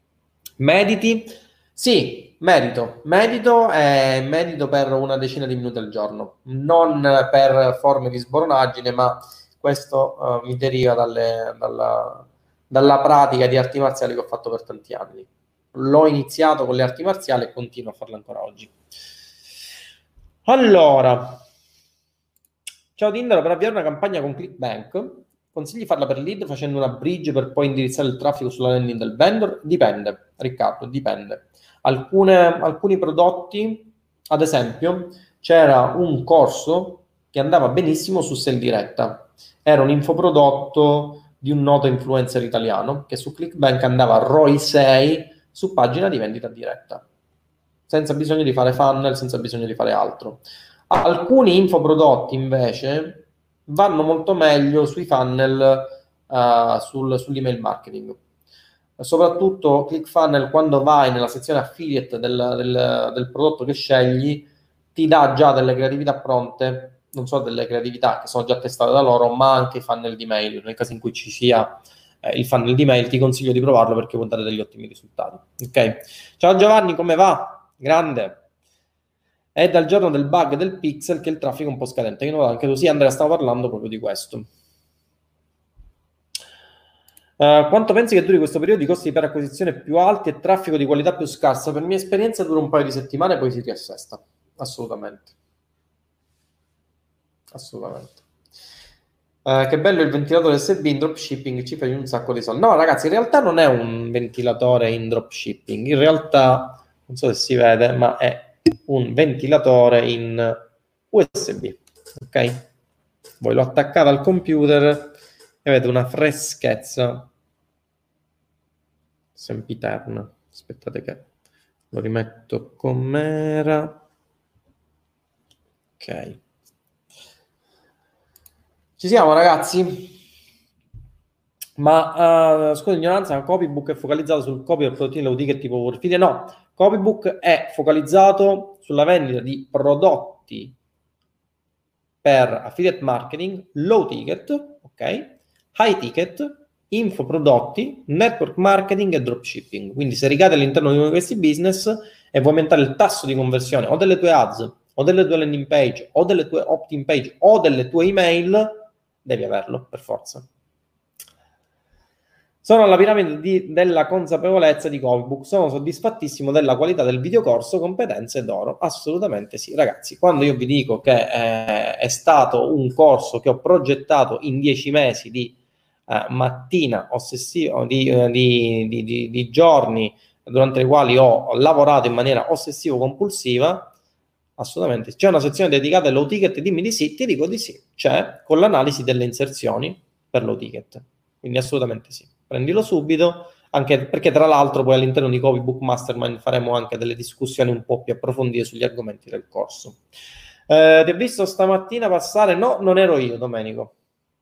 Mediti? Sì, merito, merito e medito per una decina di minuti al giorno, non per forme di sboronaggine, ma questo uh, mi deriva dalle, dalla, dalla pratica di arti marziali che ho fatto per tanti anni. L'ho iniziato con le arti marziali e continuo a farlo ancora oggi. Allora, ciao Tinder, per avviare una campagna con ClickBank, consigli farla per lead facendo una bridge per poi indirizzare il traffico sulla landing del vendor? Dipende, Riccardo, dipende. Alcune, alcuni prodotti, ad esempio, c'era un corso che andava benissimo su Sell Diretta. Era un infoprodotto di un noto influencer italiano che su ClickBank andava a R O I sei su pagina di vendita diretta, senza bisogno di fare funnel, senza bisogno di fare altro. Alcuni infoprodotti invece vanno molto meglio sui funnel, uh, sul, sull'email marketing. Soprattutto ClickFunnels, quando vai nella sezione affiliate del, del, del prodotto che scegli, ti dà già delle creatività pronte, non solo delle creatività che sono già testate da loro, ma anche i funnel di mail. Nel caso in cui ci sia eh, il funnel di mail, ti consiglio di provarlo perché può dare degli ottimi risultati. Ok? Ciao Giovanni, come va? Grande. È dal giorno del bug del pixel che il traffico è un po' scadente. Io anche tu, sì, Andrea, stavo parlando proprio di questo. Uh, quanto pensi che duri questo periodo di costi per acquisizione più alti e traffico di qualità più scarsa? Per mia esperienza dura un paio di settimane e poi si riassesta. Assolutamente. Assolutamente. Uh, che bello il ventilatore S B in dropshipping, ci fai un sacco di soldi. No, ragazzi, in realtà non è un ventilatore in dropshipping. In realtà, non so se si vede, ma è un ventilatore in U S B. Ok? Voi lo attaccate al computer e avete una freschezza sempiterna. Aspettate che lo rimetto com'era. Ok. Ci siamo, ragazzi? Ma uh, scusa l'ignoranza, Copybook è focalizzato sul copy del prodottino low ticket tipo Warfide? No, Copybook è focalizzato sulla vendita di prodotti per affiliate marketing, low ticket, ok? High ticket, infoprodotti, network marketing e dropshipping. Quindi se ricade all'interno di uno di questi business e vuoi aumentare il tasso di conversione o delle tue ads o delle tue landing page o delle tue opt-in page o delle tue email, devi averlo per forza. Sono alla piramide di, della consapevolezza di Copybook, sono soddisfattissimo della qualità del videocorso, competenze d'oro, assolutamente sì. Ragazzi, quando io vi dico che eh, è stato un corso che ho progettato in dieci mesi di eh, mattina ossessiva, di, eh, di, di, di, di giorni durante i quali ho lavorato in maniera ossessivo-compulsiva, assolutamente. C'è una sezione dedicata allo ticket? Dimmi di sì, ti dico di sì. C'è con l'analisi delle inserzioni per lo ticket, quindi assolutamente sì. Prendilo subito, anche perché tra l'altro poi all'interno di Copybook Mastermind faremo anche delle discussioni un po' più approfondite sugli argomenti del corso. Eh, ti ho visto stamattina passare? No, non ero io, Domenico.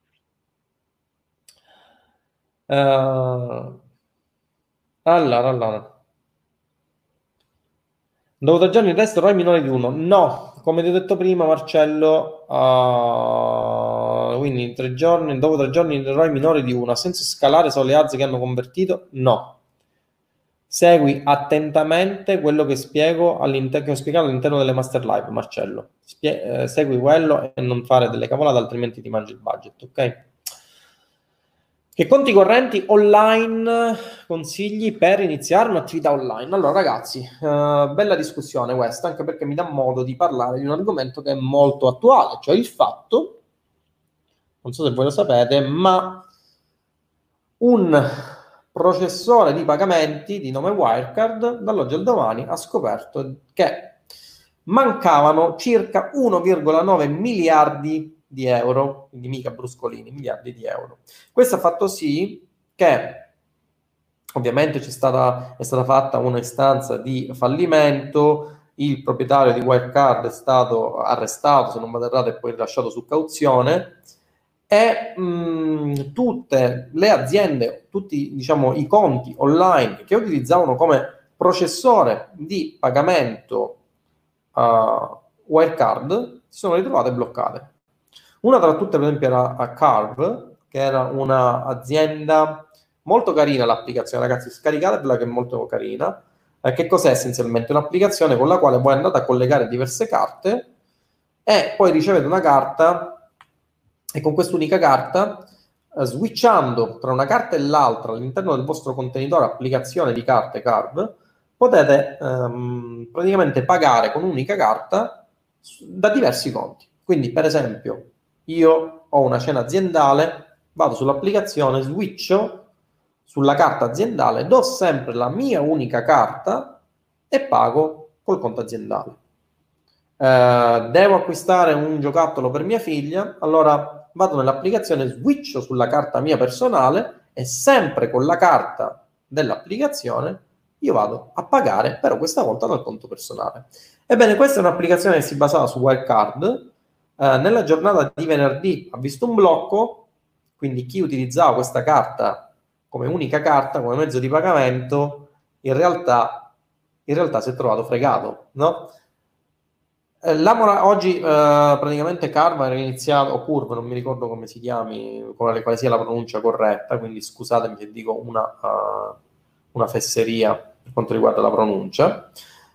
Uh, allora, allora. Dopo tre giorni il resto R O I minore di uno. No, come ti ho detto prima, Marcello, uh, quindi tre giorni, dopo tre giorni il R O I minore di uno. Ha senso scalare solo le ads che hanno convertito? No. Segui attentamente quello che spiego all'interno, che ho spiegato all'interno delle master live, Marcello. Spie eh, segui quello e non fare delle cavolate, altrimenti ti mangi il budget, ok? Che conti correnti online consigli per iniziare un'attività online? Allora ragazzi, eh, bella discussione questa, anche perché mi dà modo di parlare di un argomento che è molto attuale, cioè il fatto, non so se voi lo sapete, ma un processore di pagamenti di nome Wirecard dall'oggi al domani ha scoperto che mancavano circa uno virgola nove miliardi di euro, quindi mica bruscolini, miliardi di euro. Questo ha fatto sì che ovviamente c'è stata, è stata fatta un'istanza di fallimento, il proprietario di Wirecard è stato arrestato, se non vado errato, e poi rilasciato su cauzione, e mh, tutte le aziende, tutti diciamo i conti online che utilizzavano come processore di pagamento uh, Wirecard si sono ritrovate bloccate. Una tra tutte, per esempio, era a Carve, che era un'azienda molto carina, l'applicazione, ragazzi, scaricatela che è molto carina. Eh, che cos'è essenzialmente? Un'applicazione con la quale voi andate a collegare diverse carte e poi ricevete una carta e con quest'unica carta, eh, switchando tra una carta e l'altra all'interno del vostro contenitore applicazione di carte Carve, potete ehm, praticamente pagare con un'unica carta da diversi conti. Quindi, per esempio, io ho una cena aziendale, vado sull'applicazione, switcho sulla carta aziendale, do sempre la mia unica carta e pago col conto aziendale. Eh, devo acquistare un giocattolo per mia figlia, allora vado nell'applicazione, switcho sulla carta mia personale e sempre con la carta dell'applicazione io vado a pagare, però questa volta dal conto personale. Ebbene, questa è un'applicazione che si basava su Wirecard. Eh, nella giornata di venerdì ha visto un blocco, quindi chi utilizzava questa carta come unica carta, come mezzo di pagamento, in realtà, in realtà si è trovato fregato, no? Eh, la oggi eh, praticamente Carve era iniziato, o Curve, non mi ricordo come si chiami, quale, quale sia la pronuncia corretta, quindi scusatemi se dico una, uh, una fesseria per quanto riguarda la pronuncia,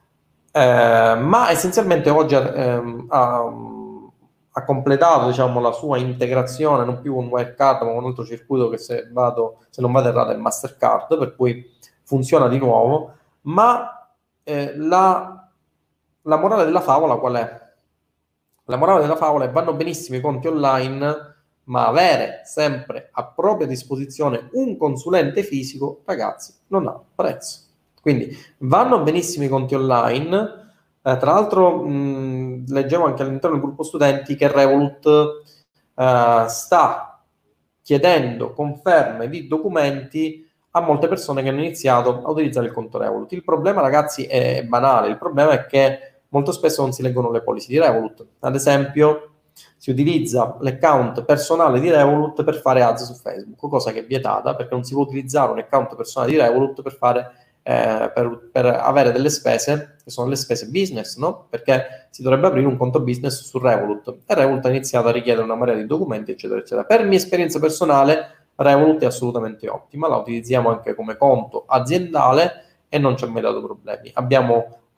eh, ma essenzialmente oggi eh, ha, ha completato diciamo, la sua integrazione non più con Wirecard ma con un altro circuito che se, vado, se non vado errato è Mastercard, per cui funziona di nuovo, ma eh, la La morale della favola qual è? La morale della favola è vanno benissimo i conti online, ma avere sempre a propria disposizione un consulente fisico, ragazzi, non ha prezzo. Quindi vanno benissimo i conti online. Eh, tra l'altro mh, leggevo anche all'interno del gruppo studenti che Revolut eh, sta chiedendo conferme di documenti a molte persone che hanno iniziato a utilizzare il conto Revolut. Il problema, ragazzi, è banale. Il problema è che molto spesso non si leggono le policy di Revolut. Ad esempio, si utilizza l'account personale di Revolut per fare ads su Facebook, cosa che è vietata perché non si può utilizzare un account personale di Revolut per fare eh, per, per avere delle spese che sono le spese business, no? Perché si dovrebbe aprire un conto business su Revolut e Revolut ha iniziato a richiedere una marea di documenti, eccetera, eccetera. Per mia esperienza personale, Revolut è assolutamente ottima, la utilizziamo anche come conto aziendale e non ci ha mai dato problemi. Abbiamo Uh,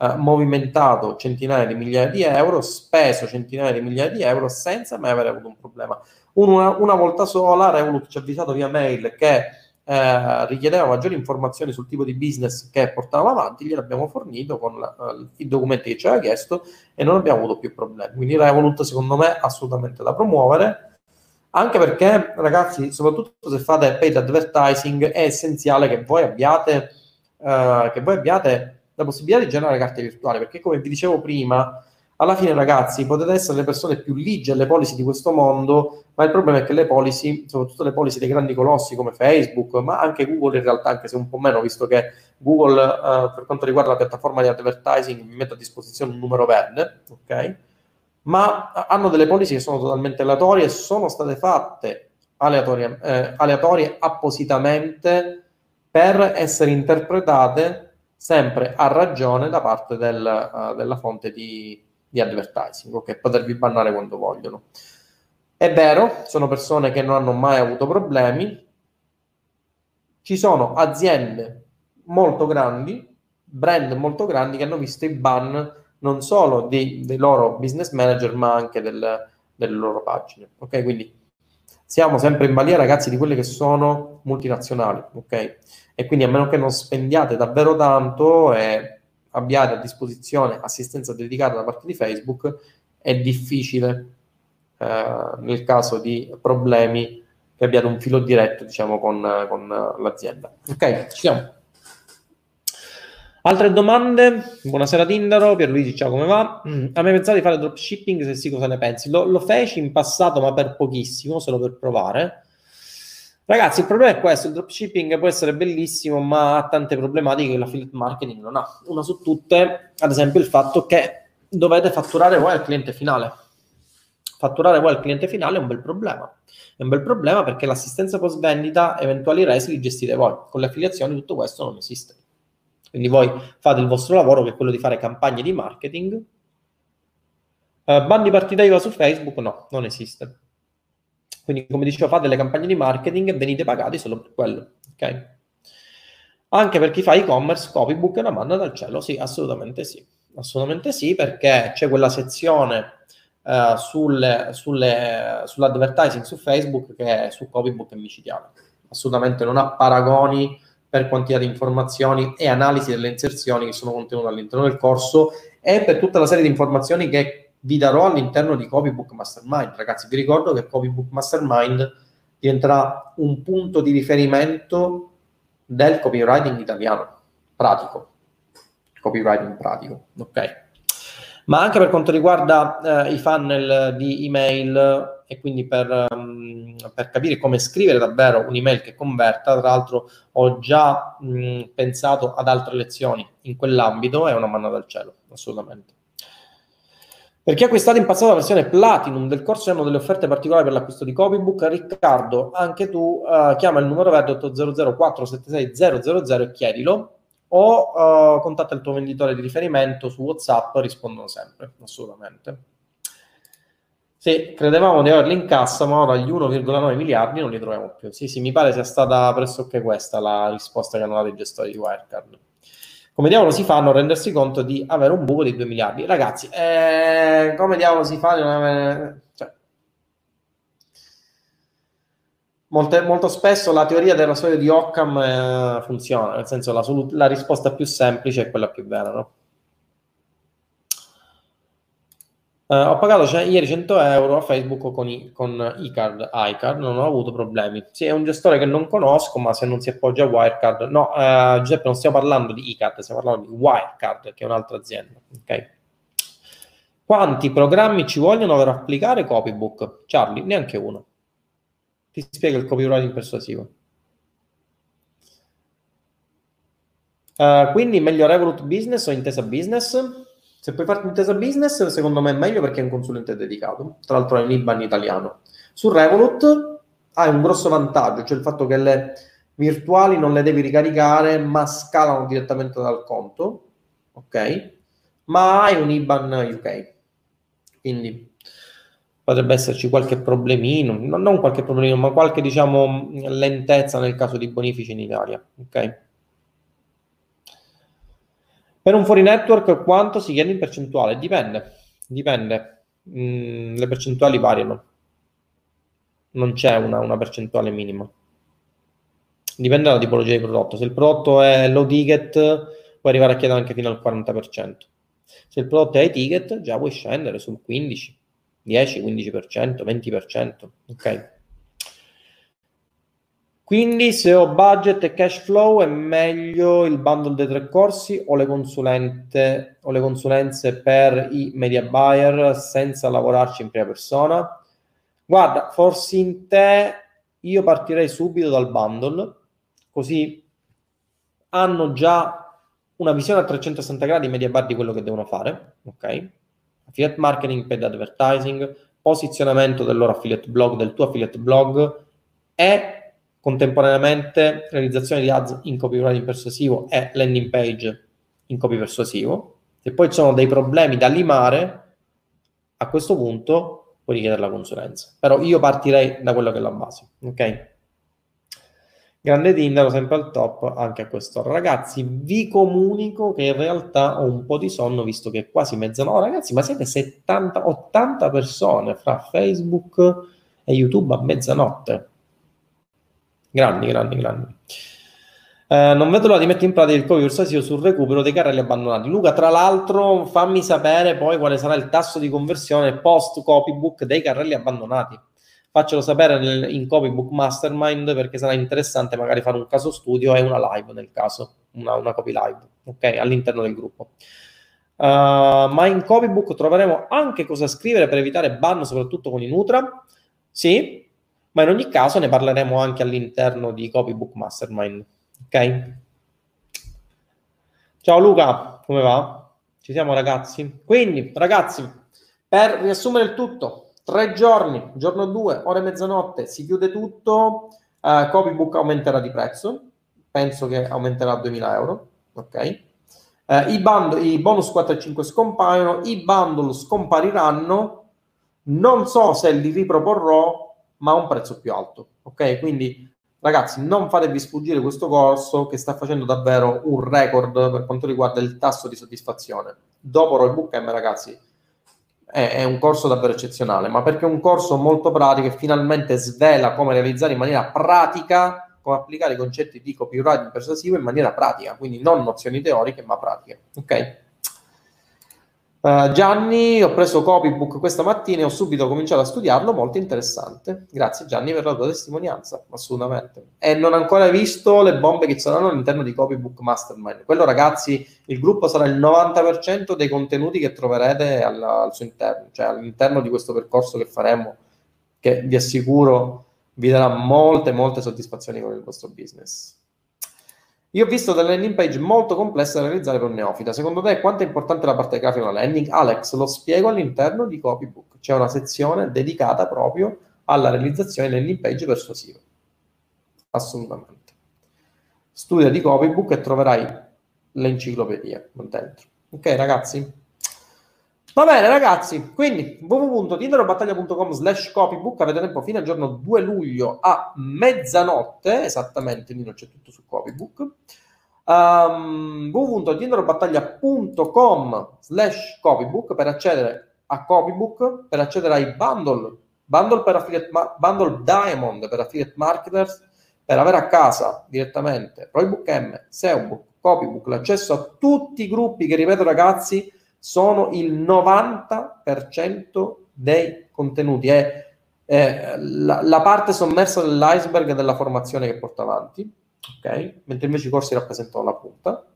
eh, movimentato centinaia di migliaia di euro, speso centinaia di migliaia di euro senza mai avere avuto un problema. Una, una volta sola Revolut ci ha avvisato via mail che eh, richiedeva maggiori informazioni sul tipo di business che portava avanti, gliele abbiamo fornito con la, uh, i documenti che ci aveva chiesto e non abbiamo avuto più problemi. Quindi Revolut secondo me assolutamente da promuovere, anche perché ragazzi, soprattutto se fate paid advertising, è essenziale che voi abbiate uh, che voi abbiate la possibilità di generare carte virtuali, perché come vi dicevo prima, alla fine ragazzi potete essere le persone più ligie alle policy di questo mondo, ma il problema è che le policy, soprattutto le policy dei grandi colossi come Facebook, ma anche Google in realtà, anche se un po' meno, visto che Google eh, per quanto riguarda la piattaforma di advertising vi mette a disposizione un numero verde, ok? Ma hanno delle policy che sono totalmente aleatorie e sono state fatte aleatorie, eh, aleatorie appositamente per essere interpretate sempre a ragione da parte del, uh, della fonte di, di advertising, ok? Potervi bannare quando vogliono. È vero, sono persone che non hanno mai avuto problemi, ci sono aziende molto grandi, brand molto grandi che hanno visto i ban non solo di, dei loro business manager ma anche del, delle loro pagine, ok? Quindi siamo sempre in balia ragazzi di quelle che sono multinazionali, ok? E quindi a meno che non spendiate davvero tanto e abbiate a disposizione assistenza dedicata da parte di Facebook, è difficile eh, nel caso di problemi che abbiate un filo diretto, diciamo, con, con l'azienda. Ok, ci siamo. Altre domande? Buonasera Tindaro, Pierluigi, ciao, come va? Mm, a me pensate di fare dropshipping, se sì cosa ne pensi? Lo, lo feci in passato ma per pochissimo, solo per provare. Ragazzi, il problema è questo, il dropshipping può essere bellissimo ma ha tante problematiche che l'affiliate marketing non ha. Una su tutte, ad esempio, il fatto che dovete fatturare voi al cliente finale. Fatturare voi al cliente finale è un bel problema. È un bel problema perché l'assistenza post vendita, eventuali resi li gestite voi. Con le affiliazioni tutto questo non esiste. Quindi voi fate il vostro lavoro, che è quello di fare campagne di marketing. Uh, bandi partita I V A su Facebook? No, non esiste. Quindi, come dicevo, fate le campagne di marketing e venite pagati solo per quello. Ok? Anche per chi fa e-commerce, Copybook è una manna dal cielo? Sì, assolutamente sì. Assolutamente sì, perché c'è quella sezione uh, sulle, sulle, sull'advertising su Facebook che su Copybook è micidiale. Assolutamente non ha paragoni per quantità di informazioni e analisi delle inserzioni che sono contenute all'interno del corso e per tutta la serie di informazioni che vi darò all'interno di Copybook Mastermind. Ragazzi, vi ricordo che Copybook Mastermind diventerà un punto di riferimento del copywriting italiano, pratico, copywriting pratico, ok? Ma anche per quanto riguarda eh, i funnel di email e quindi per, um, per capire come scrivere davvero un'email che converta, tra l'altro ho già mh, pensato ad altre lezioni in quell'ambito, è una manna dal cielo, assolutamente. Per chi ha acquistato in passato la versione Platinum del corso e hanno delle offerte particolari per l'acquisto di Copybook, Riccardo, anche tu uh, chiama il numero verde otto zero zero quattro sette sei zero zero zero e chiedilo, o uh, contatta il tuo venditore di riferimento su WhatsApp, rispondono sempre, assolutamente. Sì, credevamo di averli in cassa, ma ora gli uno virgola nove miliardi non li troviamo più. Sì, sì, mi pare sia stata pressoché questa la risposta che hanno dato i gestori di Wirecard. Come diavolo si fa a non rendersi conto di avere un buco di due miliardi? Ragazzi, eh, come diavolo si fa a non avere... Cioè, molte, molto spesso la teoria del rasoio di Occam eh, funziona, nel senso la, la risposta più semplice è quella più vera, no? Uh, ho pagato cioè, ieri cento euro a Facebook con, i, con iCard, iCard, non ho avuto problemi. Sì, è un gestore che non conosco, ma se non si appoggia a Wirecard... No, uh, Giuseppe, non stiamo parlando di iCard, stiamo parlando di Wirecard, che è un'altra azienda. Ok? Quanti programmi ci vogliono per applicare Copybook? Charlie, neanche uno. Ti spiego il copywriting persuasivo. Uh, quindi meglio Revolut Business o Intesa Business? Se puoi farti Intesa Business, secondo me è meglio perché è un consulente dedicato. Tra l'altro è un I B A N italiano. Su Revolut hai un grosso vantaggio, cioè il fatto che le virtuali non le devi ricaricare, ma scalano direttamente dal conto, ok? Ma hai un I B A N U K. Quindi potrebbe esserci qualche problemino, non qualche problemino, ma qualche, diciamo, lentezza nel caso di bonifici in Italia, ok? Per un fuori network quanto si chiede in percentuale? Dipende, dipende. Mm, le percentuali variano. Non c'è una, una percentuale minima. Dipende dalla tipologia di prodotto. Se il prodotto è low ticket, puoi arrivare a chiedere anche fino al quaranta per cento. Se il prodotto è high ticket, già puoi scendere sul quindici, dieci, quindici per cento, venti per cento. Ok? Quindi se ho budget e cash flow è meglio il bundle dei tre corsi o le consulente o le consulenze per i media buyer senza lavorarci in prima persona? Guarda, forse in te io partirei subito dal bundle, così hanno già una visione a trecentosessanta gradi media buyer di quello che devono fare, ok? Affiliate marketing, paid advertising, posizionamento del loro affiliate blog, del tuo affiliate blog e contemporaneamente realizzazione di ads in copywriting persuasivo e landing page in copy persuasivo. Se poi ci sono dei problemi da limare, a questo punto puoi richiedere la consulenza. Però io partirei da quello che è la base, ok? Grande Tindaro, sempre al top anche a quest'ora. Ragazzi, vi comunico che in realtà ho un po' di sonno visto che è quasi mezzanotte. Ragazzi, ma siete settanta ottanta persone fra Facebook e YouTube a mezzanotte. Grandi, grandi, grandi. Eh, non vedo l'ora di mettere in pratica il copy persuasivo sul recupero dei carrelli abbandonati. Luca, tra l'altro, fammi sapere poi quale sarà il tasso di conversione post copybook dei carrelli abbandonati. Faccelo sapere nel, in Copybook Mastermind perché sarà interessante magari fare un caso studio e una live nel caso, una, una copy live, ok? All'interno del gruppo. Uh, ma in Copybook troveremo anche cosa scrivere per evitare ban, soprattutto con i Nutra. Sì, ma in ogni caso ne parleremo anche all'interno di Copybook Mastermind, ok? Ciao Luca, come va? Ci siamo ragazzi? Quindi, ragazzi, per riassumere il tutto, tre giorni, giorno due, ore mezzanotte, si chiude tutto, uh, Copybook aumenterà di prezzo, penso che aumenterà a duemila euro, ok? Uh, i, band- i bonus quattro e cinque scompaiono, i bundle scompariranno, non so se li riproporrò, ma a un prezzo più alto, ok? Quindi ragazzi, non fatevi sfuggire questo corso che sta facendo davvero un record per quanto riguarda il tasso di soddisfazione. Dopo Roybook M, ragazzi, è, è un corso davvero eccezionale, ma perché è un corso molto pratico e finalmente svela come realizzare in maniera pratica, come applicare i concetti di copywriting persuasivo in maniera pratica, quindi non nozioni teoriche, ma pratiche, ok? Uh, Gianni, ho preso Copybook questa mattina e ho subito cominciato a studiarlo, molto interessante. Grazie Gianni per la tua testimonianza, assolutamente. E non ho ancora visto le bombe che saranno all'interno di Copybook Mastermind. Quello ragazzi, il gruppo sarà il novanta per cento dei contenuti che troverete al, al suo interno, cioè all'interno di questo percorso che faremo, che vi assicuro vi darà molte, molte soddisfazioni con il vostro business. Io ho visto delle landing page molto complesse da realizzare per un neofita. Secondo te quanto è importante la parte grafica della landing? Alex, lo spiego all'interno di Copybook. C'è una sezione dedicata proprio alla realizzazione di landing page persuasive. Assolutamente. Studia di Copybook e troverai l'enciclopedia dentro. Ok ragazzi? Va bene ragazzi, quindi w w w punto tinderobattaglia punto com slash copybook, avete tempo fino al giorno due luglio a mezzanotte, esattamente, quindi non c'è tutto su Copybook. Um, w w w punto tinderobattaglia punto com slash copybook per accedere a Copybook, per accedere ai bundle, bundle per affiliate, bundle Diamond per affiliate marketers, per avere a casa direttamente Roybook M, SEObook, Copybook, l'accesso a tutti i gruppi che, ripeto ragazzi, sono il novanta per cento dei contenuti, è, è la, la parte sommersa dell'iceberg della formazione che porta avanti, ok? Mentre invece i corsi rappresentano la punta.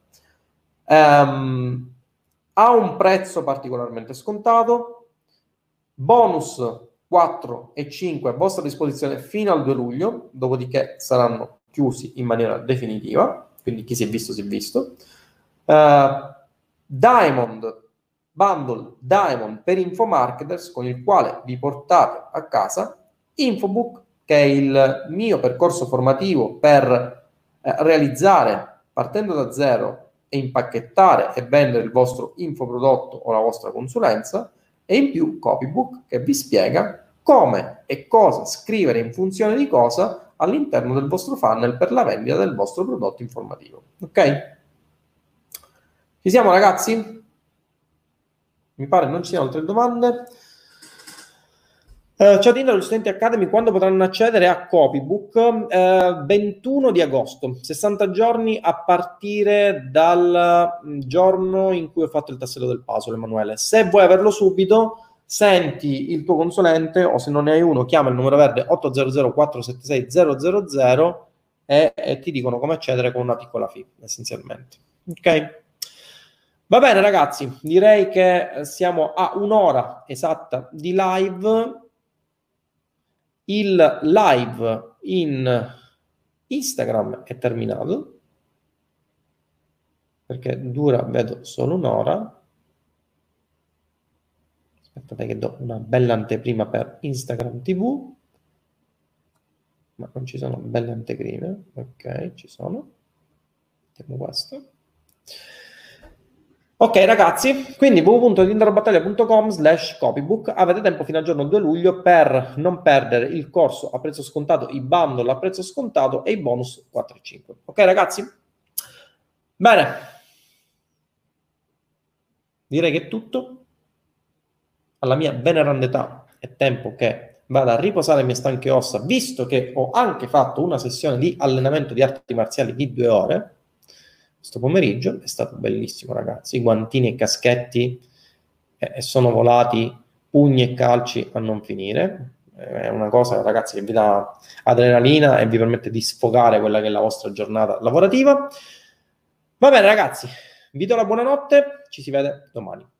Um, ha un prezzo particolarmente scontato, bonus quattro e cinque a vostra disposizione fino al due luglio, dopodiché saranno chiusi in maniera definitiva, quindi chi si è visto si è visto. Uh, Diamond, bundle Diamond per infomarketers con il quale vi portate a casa Infobook, che è il mio percorso formativo per eh, realizzare partendo da zero e impacchettare e vendere il vostro infoprodotto o la vostra consulenza, e in più Copybook che vi spiega come e cosa scrivere in funzione di cosa all'interno del vostro funnel per la vendita del vostro prodotto informativo. Ok? Ci siamo ragazzi? Mi pare non ci siano altre domande. Uh, ciao Tinder, gli studenti Academy quando potranno accedere a Copybook? Uh, ventuno di agosto, sessanta giorni a partire dal giorno in cui ho fatto il tassello del puzzle, Emanuele. Se vuoi averlo subito, senti il tuo consulente o se non ne hai uno, chiama il numero verde otto zero zero quattro sette sei zero zero zero e, e ti dicono come accedere con una piccola fee, essenzialmente. Ok? Va bene ragazzi, direi che siamo a un'ora esatta di live. Il live in Instagram è terminato perché dura, vedo, solo un'ora. Aspettate che do una bella anteprima per Instagram T V, ma non ci sono belle anteprime. Ok, ci sono. Mettiamo questo. Ok ragazzi, quindi w w w punto tinderbattaglia punto com slash copybook, avete tempo fino al giorno due luglio per non perdere il corso a prezzo scontato, i bundle a prezzo scontato e i bonus quattro e cinque. Ok ragazzi? Bene, direi che è tutto. Alla mia veneranda età è tempo che vada a riposare le mie stanche ossa, visto che ho anche fatto una sessione di allenamento di arti marziali di due ore. Questo pomeriggio è stato bellissimo ragazzi, i guantini e caschetti eh, e sono volati pugni e calci a non finire. È una cosa ragazzi che vi dà adrenalina e vi permette di sfogare quella che è la vostra giornata lavorativa. Va bene ragazzi, vi do la buonanotte, ci si vede domani.